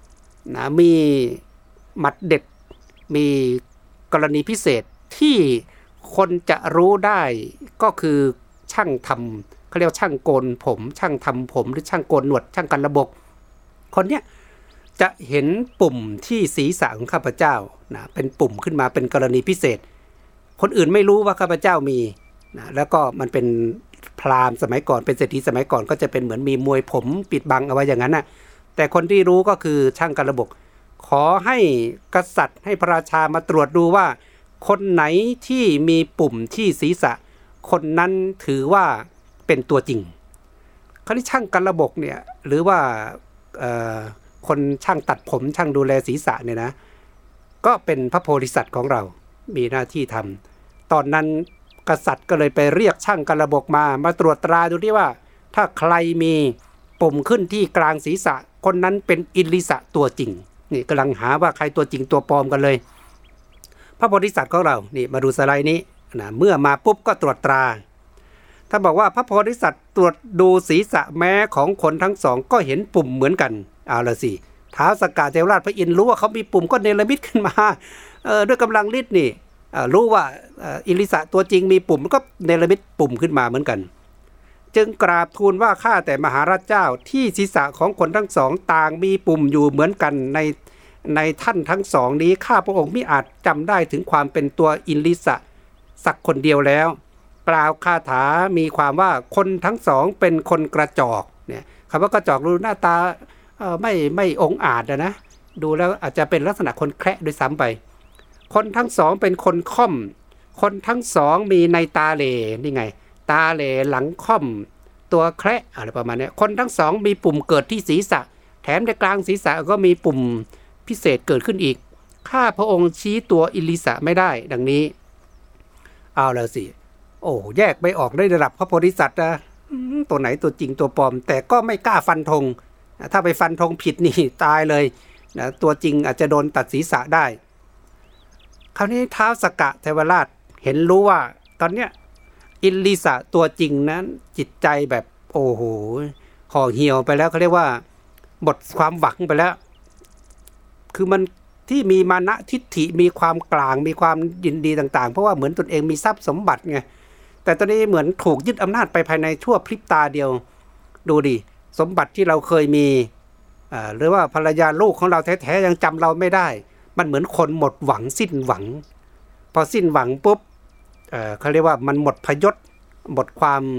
Speaker 1: หมัดเด็ดมีกรณีพิเศษที่คนจะรู้ได้ก็คือช่างทำเขาเรียกช่างโกนผมช่างทำผมหรือช่างโกนหนวดช่างกันระบบคนเนี้ยจะเห็นปุ่มที่ศีรษะของข้าพเจ้านะเป็นปุ่มขึ้นมาเป็นกรณีพิเศษคนอื่นไม่รู้ว่าข้าพเจ้ามีนะแล้วก็มันเป็นพราหมณ์สมัยก่อนเป็นเศรษฐีสมัยก่อนก็จะเป็นเหมือนมีมวยผมปิดบังเอาไว้อย่างนั้นนะแต่คนที่รู้ก็คือช่างกันระบบขอให้กษัตริย์ให้พระราชามาตรวจดูว่าคนไหนที่มีปุ่มที่ศีรษะคนนั้นถือว่าเป็นตัวจริงเขาที่ช่างกันระบบเนี่ยหรือว่าคนช่างตัดผมช่างดูแลศีรษะเนี่ยนะก็เป็นพระโพธิสัตว์ของเรามีหน้าที่ทำตอนนั้นกษัตริย์ก็เลยไปเรียกช่างกันระบบมาตรวจตราดูที่ว่าถ้าใครมีปุ่มขึ้นที่กลางศีรษะคนนั้นเป็นอิลิสะตัวจริงนี่กำลังหาว่าใครตัวจริงตัวปลอมกันเลยพระโพธิสัตว์ของเรานี่มาดูสไลด์นี้นะเมื่อมาปุ๊บก็ตรวจตราถ้าบอกว่าพระโพธิสัตว์ตรวจดูศีรษะแม้ของคนทั้งสองก็เห็นปุ่มเหมือนกันเอาละสิท้าวสกะเทวราชพระอินทร์รู้ว่าเขามีปุ่มก็เนรมิตขึ้นมาด้วยกำลังฤทธิ์นี่รู้ว่าอิลิสะตัวจริงมีปุ่มก็เนรมิตปุ่มขึ้นมาเหมือนกันจึงกราบทูลว่าข้าแต่มหาราชเจ้าที่ศีรษะของคนทั้งสองต่างมีปุ่มอยู่เหมือนกันในท่านทั้งสองนี้ข้าพระองค์มิอาจจำได้ถึงความเป็นตัวอิลิสะสักคนเดียวแล้วกล่าวคาถามีความว่าคนทั้งสองเป็นคนกระจอกเนี่ยคำว่ากระจอกดูหน้าตาไม่องอาจนะดูแล้วอาจจะเป็นลักษณะคนแคระด้วยซ้ำไปคนทั้งสองเป็นคนค่อมคนทั้งสองมีในตาเหลนี่ไงตาเหลหลังค่อมตัวแคระอะไรประมาณนี้คนทั้งสองมีปุ่มเกิดที่ศีรษะแถมในกลางศีรษะก็มีปุ่มพิเศษเกิดขึ้นอีกข้าพระองค์ชี้ตัวอิลิสะไม่ได้ดังนี้เอาแล้วสิโอ้แยกไม่ออกได้ระดับพระโพธิสัตว์นะตัวไหนตัวจริงตัวปลอมแต่ก็ไม่กล้าฟันธงถ้าไปฟันธงผิดนี่ตายเลยนะตัวจริงอาจจะโดนตัดศีรษะได้คราวนี้ท้าวสกะเทวราชเห็นรู้ว่าตอนเนี้ยอิลิสะตัวจริงนั้นจิตใจแบบโอ้โหห่อเหี่ยวไปแล้วเขาเรียกว่าหมดความหวังไปแล้วคือมันที่มีมานะทิฏฐิมีความกลางมีความยินดีต่างๆเพราะว่าเหมือนตนเองมีทรัพย์สมบัติไงแต่ตอนนี้เหมือนถูกยึดอำนาจไปภายในชั่วพริบตาเดียวดูดิสมบัติที่เราเคยมีหรือว่าภรรยาลูกของเราแท้ๆยังจำเราไม่ได้มันเหมือนคนหมดหวังสิ้นหวังพอสิ้นหวังปุ๊บเขาเรียกว่ามันหมดพยศหมด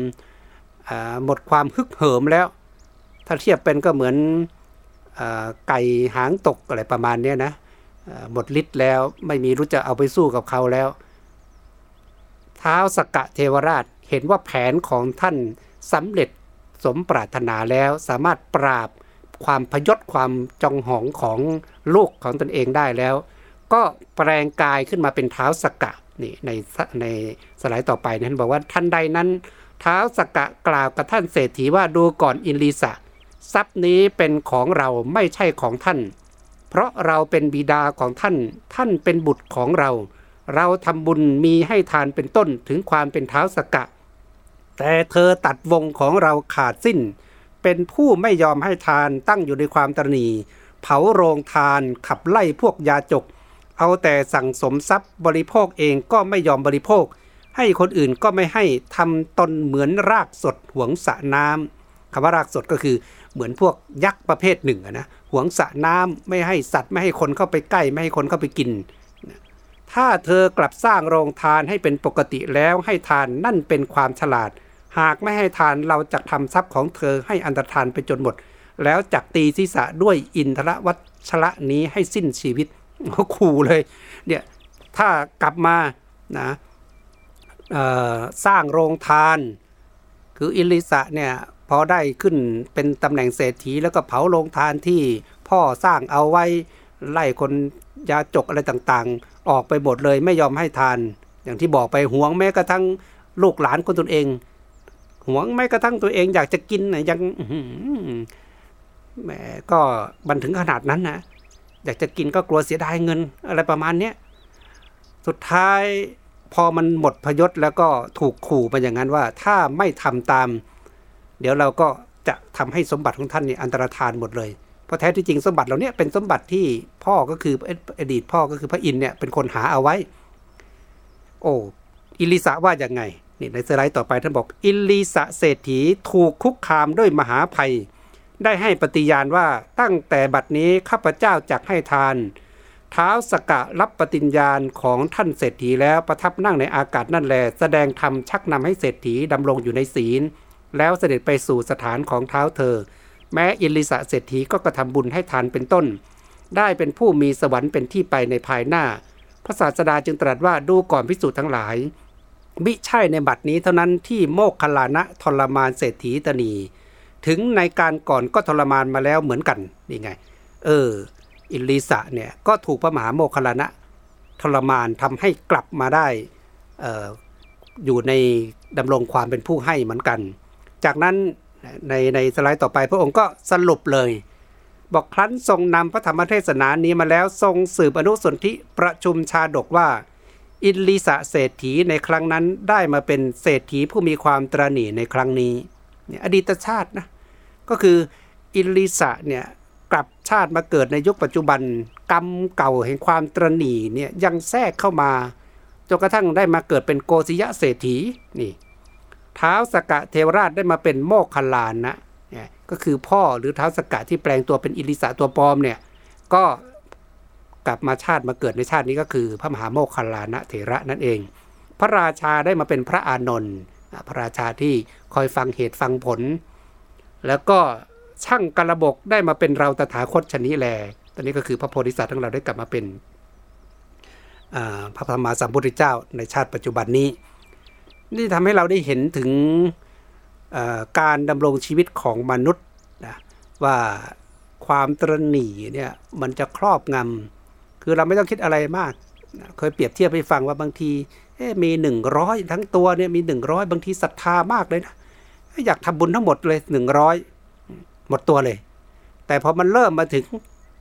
Speaker 1: ความฮึกเหิมแล้วถ้าเทียบเป็นก็เหมือนไก่หางตกอะไรประมาณนี้นะหมดฤทธิ์แล้วไม่มีรู้จะเอาไปสู้กับเขาแล้วท้าวสกะเทวราชเห็นว่าแผนของท่านสำเร็จสมปรารถนาแล้วสามารถปราบความพยศความจองหองของลูกของตนเองได้แล้วก็แปลงกายขึ้นมาเป็นท้าวสกะนี่ในสไลด์ต่อไปนั้นบอกว่าทันใดนั้นท้าวสกะกล่าวกับท่านเศรษฐีว่าดูก่อนอิลิสะทรัพย์นี้เป็นของเราไม่ใช่ของท่านเพราะเราเป็นบิดาของท่านท่านเป็นบุตรของเราเราทำบุญมีให้ทานเป็นต้นถึงความเป็นท้าวสกะแต่เธอตัดวงของเราขาดสิ้นเป็นผู้ไม่ยอมให้ทานตั้งอยู่ในความตระหนี่เผาโรงทานขับไล่พวกยาจกเอาแต่สั่งสมทรัพย์บริโภคเองก็ไม่ยอมบริโภคให้คนอื่นก็ไม่ให้ทำตนเหมือนรากสดหวงสระน้ำคำว่ารากสดก็คือเหมือนพวกยักษ์ประเภทหนึ่งนะหวงสระน้ำไม่ให้สัตว์ไม่ให้คนเข้าไปใกล้ไม่ให้คนเข้าไปกินถ้าเธอกลับสร้างโรงทานให้เป็นปกติแล้วให้ทานนั่นเป็นความฉลาดหากไม่ให้ทานเราจะทำทรัพย์ของเธอให้อันตรธานไปจนหมดแล้วจักตีศีรษะด้วยอินทรวัชระนี้ให้สิ้นชีวิตขู่เลยเนี่ยถ้ากลับมานะสร้างโรงทานคืออิลิสะเนี่ยพอได้ขึ้นเป็นตำแหน่งเศรษฐีแล้วก็เผาโรงทานที่พ่อสร้างเอาไว้ไล่คนยาจกอะไรต่างๆออกไปหมดเลยไม่ยอมให้ทานอย่างที่บอกไปหวงแม้กระทั่งลูกหลานคนตนเองหวงแม้กระทั่งตัวเองอยากจะกินนะยังแหมก็บันถึงขนาดนั้นนะอยากจะกินก็กลัวเสียดายเงินอะไรประมาณนี้สุดท้ายพอมันหมดพยศแล้วก็ถูกขู่มาอย่างนั้นว่าถ้าไม่ทำตามเดี๋ยวเราก็จะทำให้สมบัติของท่านนี่อันตรธานหมดเลยเพราะแท้ที่จริงสมบัติเหล่านี้เป็นสมบัติที่พ่อก็คืออดีตพ่อก็คือพระอินทร์เนี่ยเป็นคนหาเอาไว้โอ้อิลิสะว่าอย่างไงนี่ในสไลด์ต่อไปท่านบอกอิลิสะเศรษฐีถูกคุกคามด้วยมหาภัยได้ให้ปฏิญาณว่าตั้งแต่บัดนี้ข้าพเจ้าจักให้ทานท้าวสกะรับปฏิญญาณของท่านเศรษฐีแล้วประทับนั่งในอากาศนั่นแลแสดงธรรมชักนำให้เศรษฐีดำรงอยู่ในศีลแล้วเสด็จไปสู่สถานของเท้าเธอแม้อิลิสะเศรษฐีก็กระทำบุญให้ทานเป็นต้นได้เป็นผู้มีสวรรค์เป็นที่ไปในภายหน้าพระศาสดาจึงตรัสว่าดูก่อนภิกษุทั้งหลายมิใช่ในบัดนี้เท่านั้นที่โมคคัลลานะทรมานเศรษฐีตนีถึงในการก่อนก็ทรมานมาแล้วเหมือนกันนี่ไงอิลิสะเนี่ยก็ถูกพระมหาโมคคัลลานะทรมานทำให้กลับมาได้อยู่ในดำรงความเป็นผู้ให้เหมือนกันจากนั้นในสไลด์ต่อไปพระองค์ก็สรุปเลยบอกครั้นทรงนำพระธรรมเทศนานี้มาแล้วทรงสืบอนุสนธิประชุมชาดกว่าอิลิสะเศรษฐีในครั้งนั้นได้มาเป็นเศรษฐีผู้มีความตระหนี่ในครั้งนี้อดีตชาตินะก็คืออิลิสะเนี่ยกลับชาติมาเกิดในยุคปัจจุบันกรรมเก่าแห่งความตระหนี่เนี่ยยังแทรกเข้ามาจนกระทั่งได้มาเกิดเป็นโกสิยะเศรษฐีนี่ท้าวสกะเทวราชได้มาเป็นโมคคัลลานะเนี่ยก็คือพ่อหรือท้าวสกะที่แปลงตัวเป็นอิลิสะตัวปลอมเนี่ยก็กลับมาชาติมาเกิดในชาตินี้ก็คือพระมหาโมคคัลลานะเถระนั่นเองพระราชาได้มาเป็นพระอานนท์พระราชาที่คอยฟังเหตุฟังผลแล้วก็ช่างกระบกได้มาเป็นเราตถาคตชนิแลตอนนี้ก็คือพระโพธิสัตว์ทั้งเราได้กลับมาเป็นพระสัมมาสัมพุทธเจ้าในชาติปัจจุบันนี้นี่ทำให้เราได้เห็นถึงการดำรงชีวิตของมนุษย์นะว่าความตระหนี่เนี่ยมันจะครอบงำคือเราไม่ต้องคิดอะไรมากเคยเปรียบเทียบให้ฟังว่าบางทีมี100ทั้งตัวเนี่ยมี100บางทีศรัทธามากเลยนะอยากทำบุญทั้งหมดเลย100หมดตัวเลยแต่พอมันเริ่มมาถึง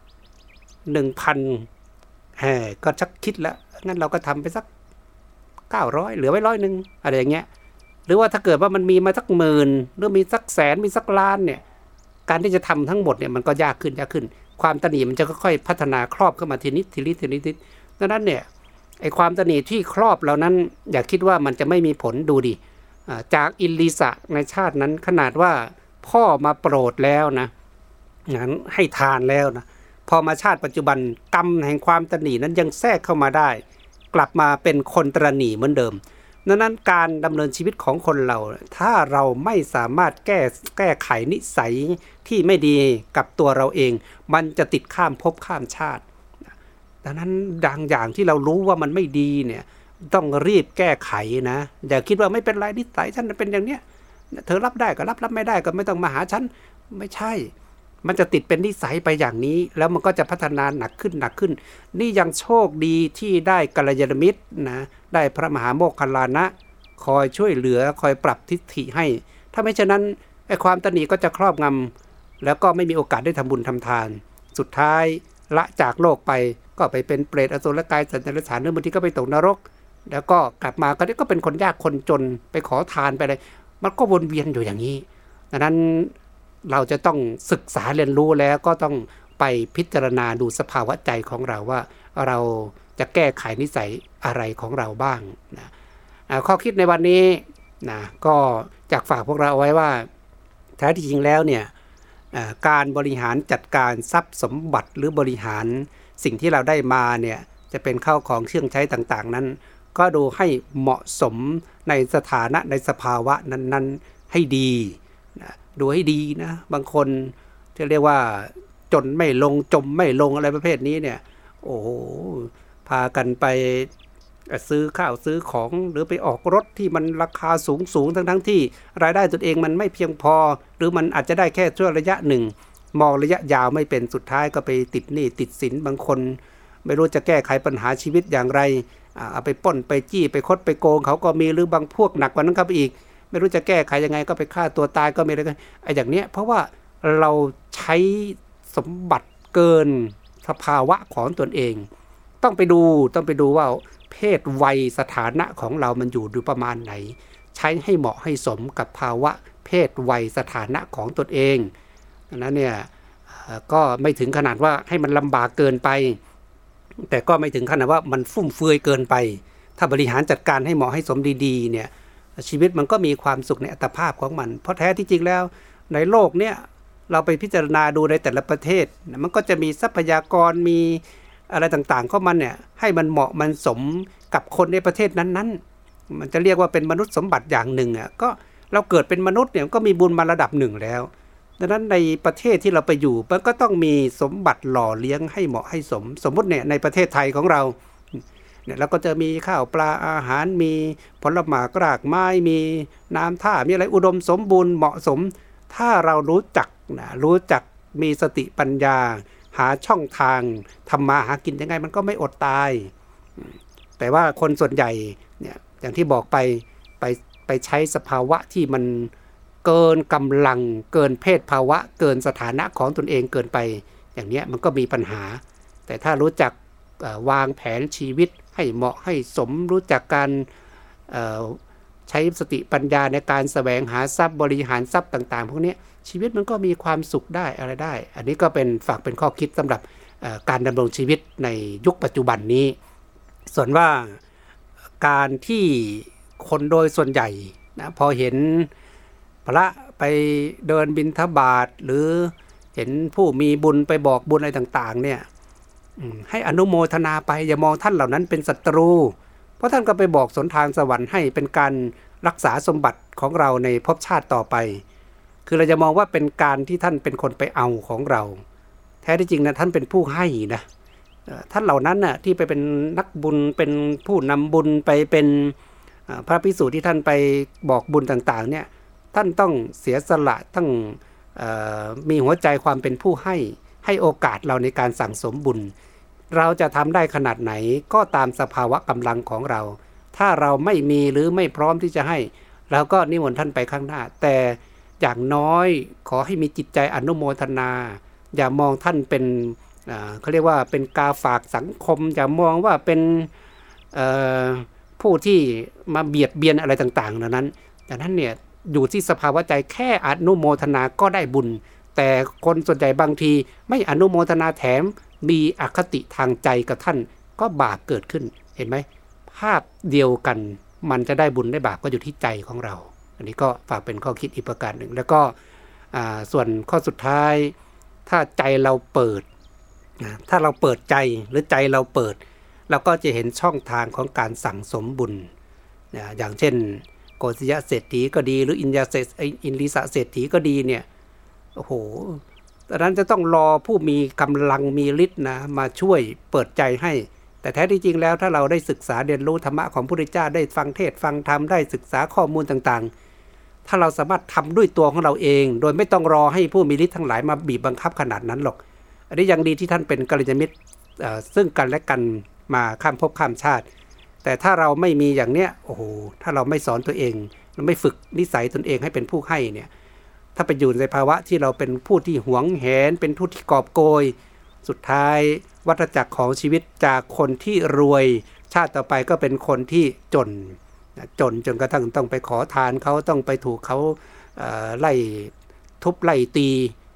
Speaker 1: 1,000 ก็ชักคิดแล้วงั้นเราก็ทำไปสัก900เหลือไว้100นึงอะไรอย่างเงี้ยหรือว่าถ้าเกิดว่ามันมีมาสักหมื่นหรือมีสักแสนมีสักล้านเนี่ยการที่จะทำทั้งหมดเนี่ยมันก็ยากขึ้นความตระหนี่มันจะค่อยๆพัฒนาครอบเข้ามาทีนิดดังนั้นเนี่ยไอ้ความตระหนี่ที่ครอบเรานั้นอย่าคิดว่ามันจะไม่มีผลดูดิจากอิลิสะในชาตินั้นขนาดว่าพ่อมาโปรดแล้วนะงั้นให้ทานแล้วนะพอมาชาติปัจจุบันกรรมแห่งความตระหนี่นั้นยังแทรกเข้ามาได้กลับมาเป็นคนตระหนี่เหมือนเดิมดังนั้นการดำเนินชีวิตของคนเราถ้าเราไม่สามารถแก้ไขนิสัยที่ไม่ดีกับตัวเราเองมันจะติดข้ามภพข้ามชาติดังนั้นดังอย่างที่เรารู้ว่ามันไม่ดีเนี่ยต้องรีบแก้ไขนะอย่าคิดว่าไม่เป็นไรนิสัยฉันเป็นอย่างเนี้ยเธอรับได้ก็รับไม่ได้ก็ไม่ต้องมาหาฉันไม่ใช่มันจะติดเป็นนิสัยไปอย่างนี้แล้วมันก็จะพัฒนาหนักขึ้นนี่ยังโชคดีที่ได้กัลยาณมิตรนะได้พระมหาโมคคัลลานะคอยช่วยเหลือคอยปรับทิฏฐิให้ถ้าไม่ฉะนั้นไอ้ความตระหนี่ก็จะครอบงำแล้วก็ไม่มีโอกาสได้ทำบุญทำทานสุดท้ายละจากโลกไปก็ไปเป็นเปรตอสุรกายสัตว์เดรัจฉานหรือบางทีก็ไปตกนรกแล้วก็กลับมาก็เป็นคนยากคนจนไปขอทานไปอะไรมันก็วนเวียนอยู่อย่างนี้ดังนั้นเราจะต้องศึกษาเรียนรู้แล้วก็ต้องไปพิจารณาดูสภาวะใจของเราว่าเราจะแก้ไขนิสัยอะไรของเราบ้างนะข้อคิดในวันนี้นะก็อยากฝากพวกเราเอาไว้ว่าแท้ที่จริงแล้วเนี่ยการบริหารจัดการทรัพย์สมบัติหรือบริหารสิ่งที่เราได้มาเนี่ยจะเป็นข้าวของเครื่องใช้ต่างๆนั้นก็ดูให้เหมาะสมในสถานะในสภาวะนั้นๆให้ดีนะดูให้ดีนะบางคนที่เรียกว่าจนไม่ลงจมไม่ลงอะไรประเภทนี้เนี่ยโอ้โหพากันไปซื้อข้าวซื้อของหรือไปออกรถที่มันราคาสูงทั้งที่รายได้ตนเองมันไม่เพียงพอหรือมันอาจจะได้แค่ช่วงระยะหนึ่งมองระยะยาวไม่เป็นสุดท้ายก็ไปติดหนี้ติดสินบางคนไม่รู้จะแก้ไขปัญหาชีวิตอย่างไรเอาไปปล้นไปจี้ไปคดไปโกงเขาก็มีหรือบางพวกหนักกว่านั้นครับอีกไม่รู้จะแก้ไขยังไงก็ไปฆ่าตัวตายก็มีอะไรกันไอ้อย่างเนี้ยเพราะว่าเราใช้สมบัติเกินสภาวะของตนเองต้องไปดูว่าเพศวัยสถานะของเรามันอยู่ประมาณไหนใช้ให้เหมาะให้สมกับภาวะเพศวัยสถานะของตนเองนั้นเนี่ยก็ไม่ถึงขนาดว่าให้มันลำบากเกินไปแต่ก็ไม่ถึงขนาดว่ามันฟุ่มเฟือยเกินไปถ้าบริหารจัดการให้เหมาะให้สมดีๆเนี่ยชีวิตมันก็มีความสุขในอัตภาพของมันเพราะแท้ที่จริงแล้วในโลกเนี่ยเราไปพิจารณาดูในแต่ละประเทศมันก็จะมีทรัพยากรมีอะไรต่างๆเข้ามันเนี่ยให้มันเหมาะมันสมกับคนในประเทศนั้นๆมันจะเรียกว่าเป็นมนุษย์สมบัติอย่างหนึ่งก็เราเกิดเป็นมนุษย์เนี่ยก็มีบุญมาระดับหนึ่งแล้วดังนั้นในประเทศที่เราไปอยู่มันก็ต้องมีสมบัติหล่อเลี้ยงให้เหมาะให้สมมุติเนี่ยในประเทศไทยของเราเนี่ยเราก็จะมีข้าวปลาอาหารมีผลไม้รากไม้มีน้ำท่ามีอะไรอุดมสมบูรณ์เหมาะสมถ้าเรารู้จักมีสติปัญญาหาช่องทางทำมาหากินยังไงมันก็ไม่อดตายแต่ว่าคนส่วนใหญ่เนี่ยอย่างที่บอกไปใช้สภาวะที่มันเกินกำลังเกินเพศภาวะเกินสถานะของตนเองเกินไปอย่างนี้มันก็มีปัญหาแต่ถ้ารู้จักวางแผนชีวิตให้เหมาะให้สมรู้จักการใช้สติปัญญาในการแสวงหาทรัพย์บริหารทรัพย์ต่างๆพวกนี้ชีวิตมันก็มีความสุขได้อะไรได้อันนี้ก็เป็นฝากเป็นข้อคิดสำหรับการดำรงชีวิตในยุคปัจจุบันนี้ส่วนว่าการที่คนโดยส่วนใหญ่นะพอเห็นพระไปเดินบิณฑบาตหรือเห็นผู้มีบุญไปบอกบุญอะไรต่างๆเนี่ยให้อนุโมทนาไปอย่ามองท่านเหล่านั้นเป็นศัตรูเพราะท่านก็ไปบอกสนทางสวรรค์ให้เป็นการรักษาสมบัติของเราในภพชาติต่อไปคือเราจะมองว่าเป็นการที่ท่านเป็นคนไปเอาของเราแท้ที่จริงนะท่านเป็นผู้ให้นะท่านเหล่านั้นน่ะที่ไปเป็นนักบุญเป็นผู้นำบุญไปเป็นพระภิกษุที่ท่านไปบอกบุญต่างๆเนี่ยท่านต้องเสียสละต้องมีหัวใจความเป็นผู้ให้โอกาสเราในการสั่งสมบุญเราจะทำได้ขนาดไหนก็ตามสภาวะกำลังของเราถ้าเราไม่มีหรือไม่พร้อมที่จะให้เราก็นิมนต์ท่านไปข้างหน้าแต่อย่างน้อยขอให้มีจิตใจอนุโมทนาอย่ามองท่านเป็นเขาเรียกว่าเป็นกาฝากสังคมอย่ามองว่าเป็นผู้ที่มาเบียดเบียนอะไรต่างๆนั้นดังนั้นเนี่ยอยู่ที่สภาวะใจแค่อนุโมทนาก็ได้บุญแต่คนส่วนใหญ่บางทีไม่อนุโมทนาแถมมีอคติทางใจกับท่านก็บาปเกิดขึ้นเห็นไหมภาพเดียวกันมันจะได้บุญได้บาปก็อยู่ที่ใจของเราอันนี้ก็ฝากเป็นข้อคิดอีกประการหนึ่งแล้วก็ส่วนข้อสุดท้ายถ้าใจเราเปิดถ้าเราเปิดใจหรือใจเราเปิดเราก็จะเห็นช่องทางของการสั่งสมบุญอย่างเช่นโกศยเศรษฐีก็ดีหรืออินลิสะเศรษฐีก็ดีเนี่ยโอ้โหตอนนั้นจะต้องรอผู้มีกำลังมีฤทธิ์นะมาช่วยเปิดใจให้แต่แท้ที่จริงแล้วถ้าเราได้ศึกษาเรียนรู้ธรรมะของพระพุทธเจ้าได้ฟังเทศน์ฟังธรรมได้ศึกษาข้อมูลต่างๆถ้าเราสามารถทำด้วยตัวของเราเองโดยไม่ต้องรอให้ผู้มีฤทธิ์ทั้งหลายมาบีบบังคับขนาดนั้นหรอกอันนี้ยังดีที่ท่านเป็นกัลยาณมิตรซึ่งกันและกันมาข้ามภพข้ามชาติแต่ถ้าเราไม่มีอย่างเนี้ยโอ้โหถ้าเราไม่สอนตัวเองเราไม่ฝึกนิสัยตนเองให้เป็นผู้ให้เนี่ยถ้าไปอยู่ในภาวะที่เราเป็นผู้ที่หวงแหนเป็นผู้ที่กอบโกยสุดท้ายวัฏจักรของชีวิตจากคนที่รวยชาติต่อไปก็เป็นคนที่จนจนกระทั่งต้องไปขอทานเขาต้องไปถูกเขาไล่ทุบไล่ตี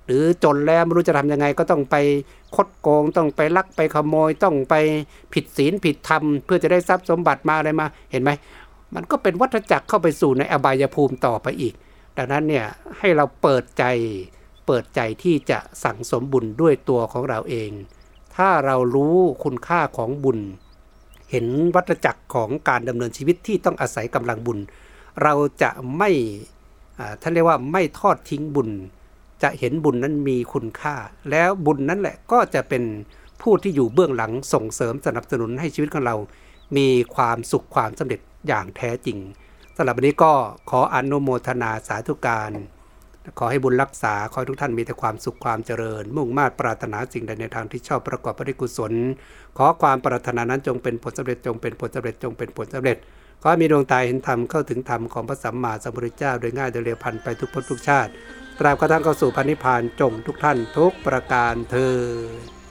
Speaker 1: หรือจนแล้วไม่รู้จะทำยังไงก็ต้องไปคดโกงต้องไปลักไปขโมยต้องไปผิดศีลผิดธรรมเพื่อจะได้ทรัพย์สมบัติมาอะไรมาเห็นไหมมันก็เป็นวัฏจักรเข้าไปสู่ในอบายภูมิต่อไปอีกดังนั้นเนี่ยให้เราเปิดใจที่จะสั่งสมบุญด้วยตัวของเราเองถ้าเรารู้คุณค่าของบุญเห็นวัฏจักรของการดำเนินชีวิตที่ต้องอาศัยกำลังบุญเราจะไม่ท่านเรียกว่าไม่ทอดทิ้งบุญจะเห็นบุญนั้นมีคุณค่าแล้วบุญนั้นแหละก็จะเป็นผู้ที่อยู่เบื้องหลังส่งเสริมสนับสนุนให้ชีวิตของเรามีความสุขความสำเร็จอย่างแท้จริงสำหรับวันนี้ก็ขออนุโมทนาสาธุการขอให้บุญรักษาขอให้ทุกท่านมีแต่ความสุขความเจริญมุ่งมา่ปรารถนาสิ่งใดในทางที่ชอบประกอบด้วยกุศลขอความปรารถนานั้นจงเป็นผลสำเร็จจงเป็นผลสำเร็จจงเป็นผลสำเร็จขอให้มีดวงตาเห็นธรรมเข้าถึงธรรมของพระสัมมาสัมพุทธเจ้าโดยง่ายโดยเร็วพลันไปทุกภพทุกชาติตราบกระทั่งเข้าสู่พระนิพพานจงทุกท่านทุกประการเทอญ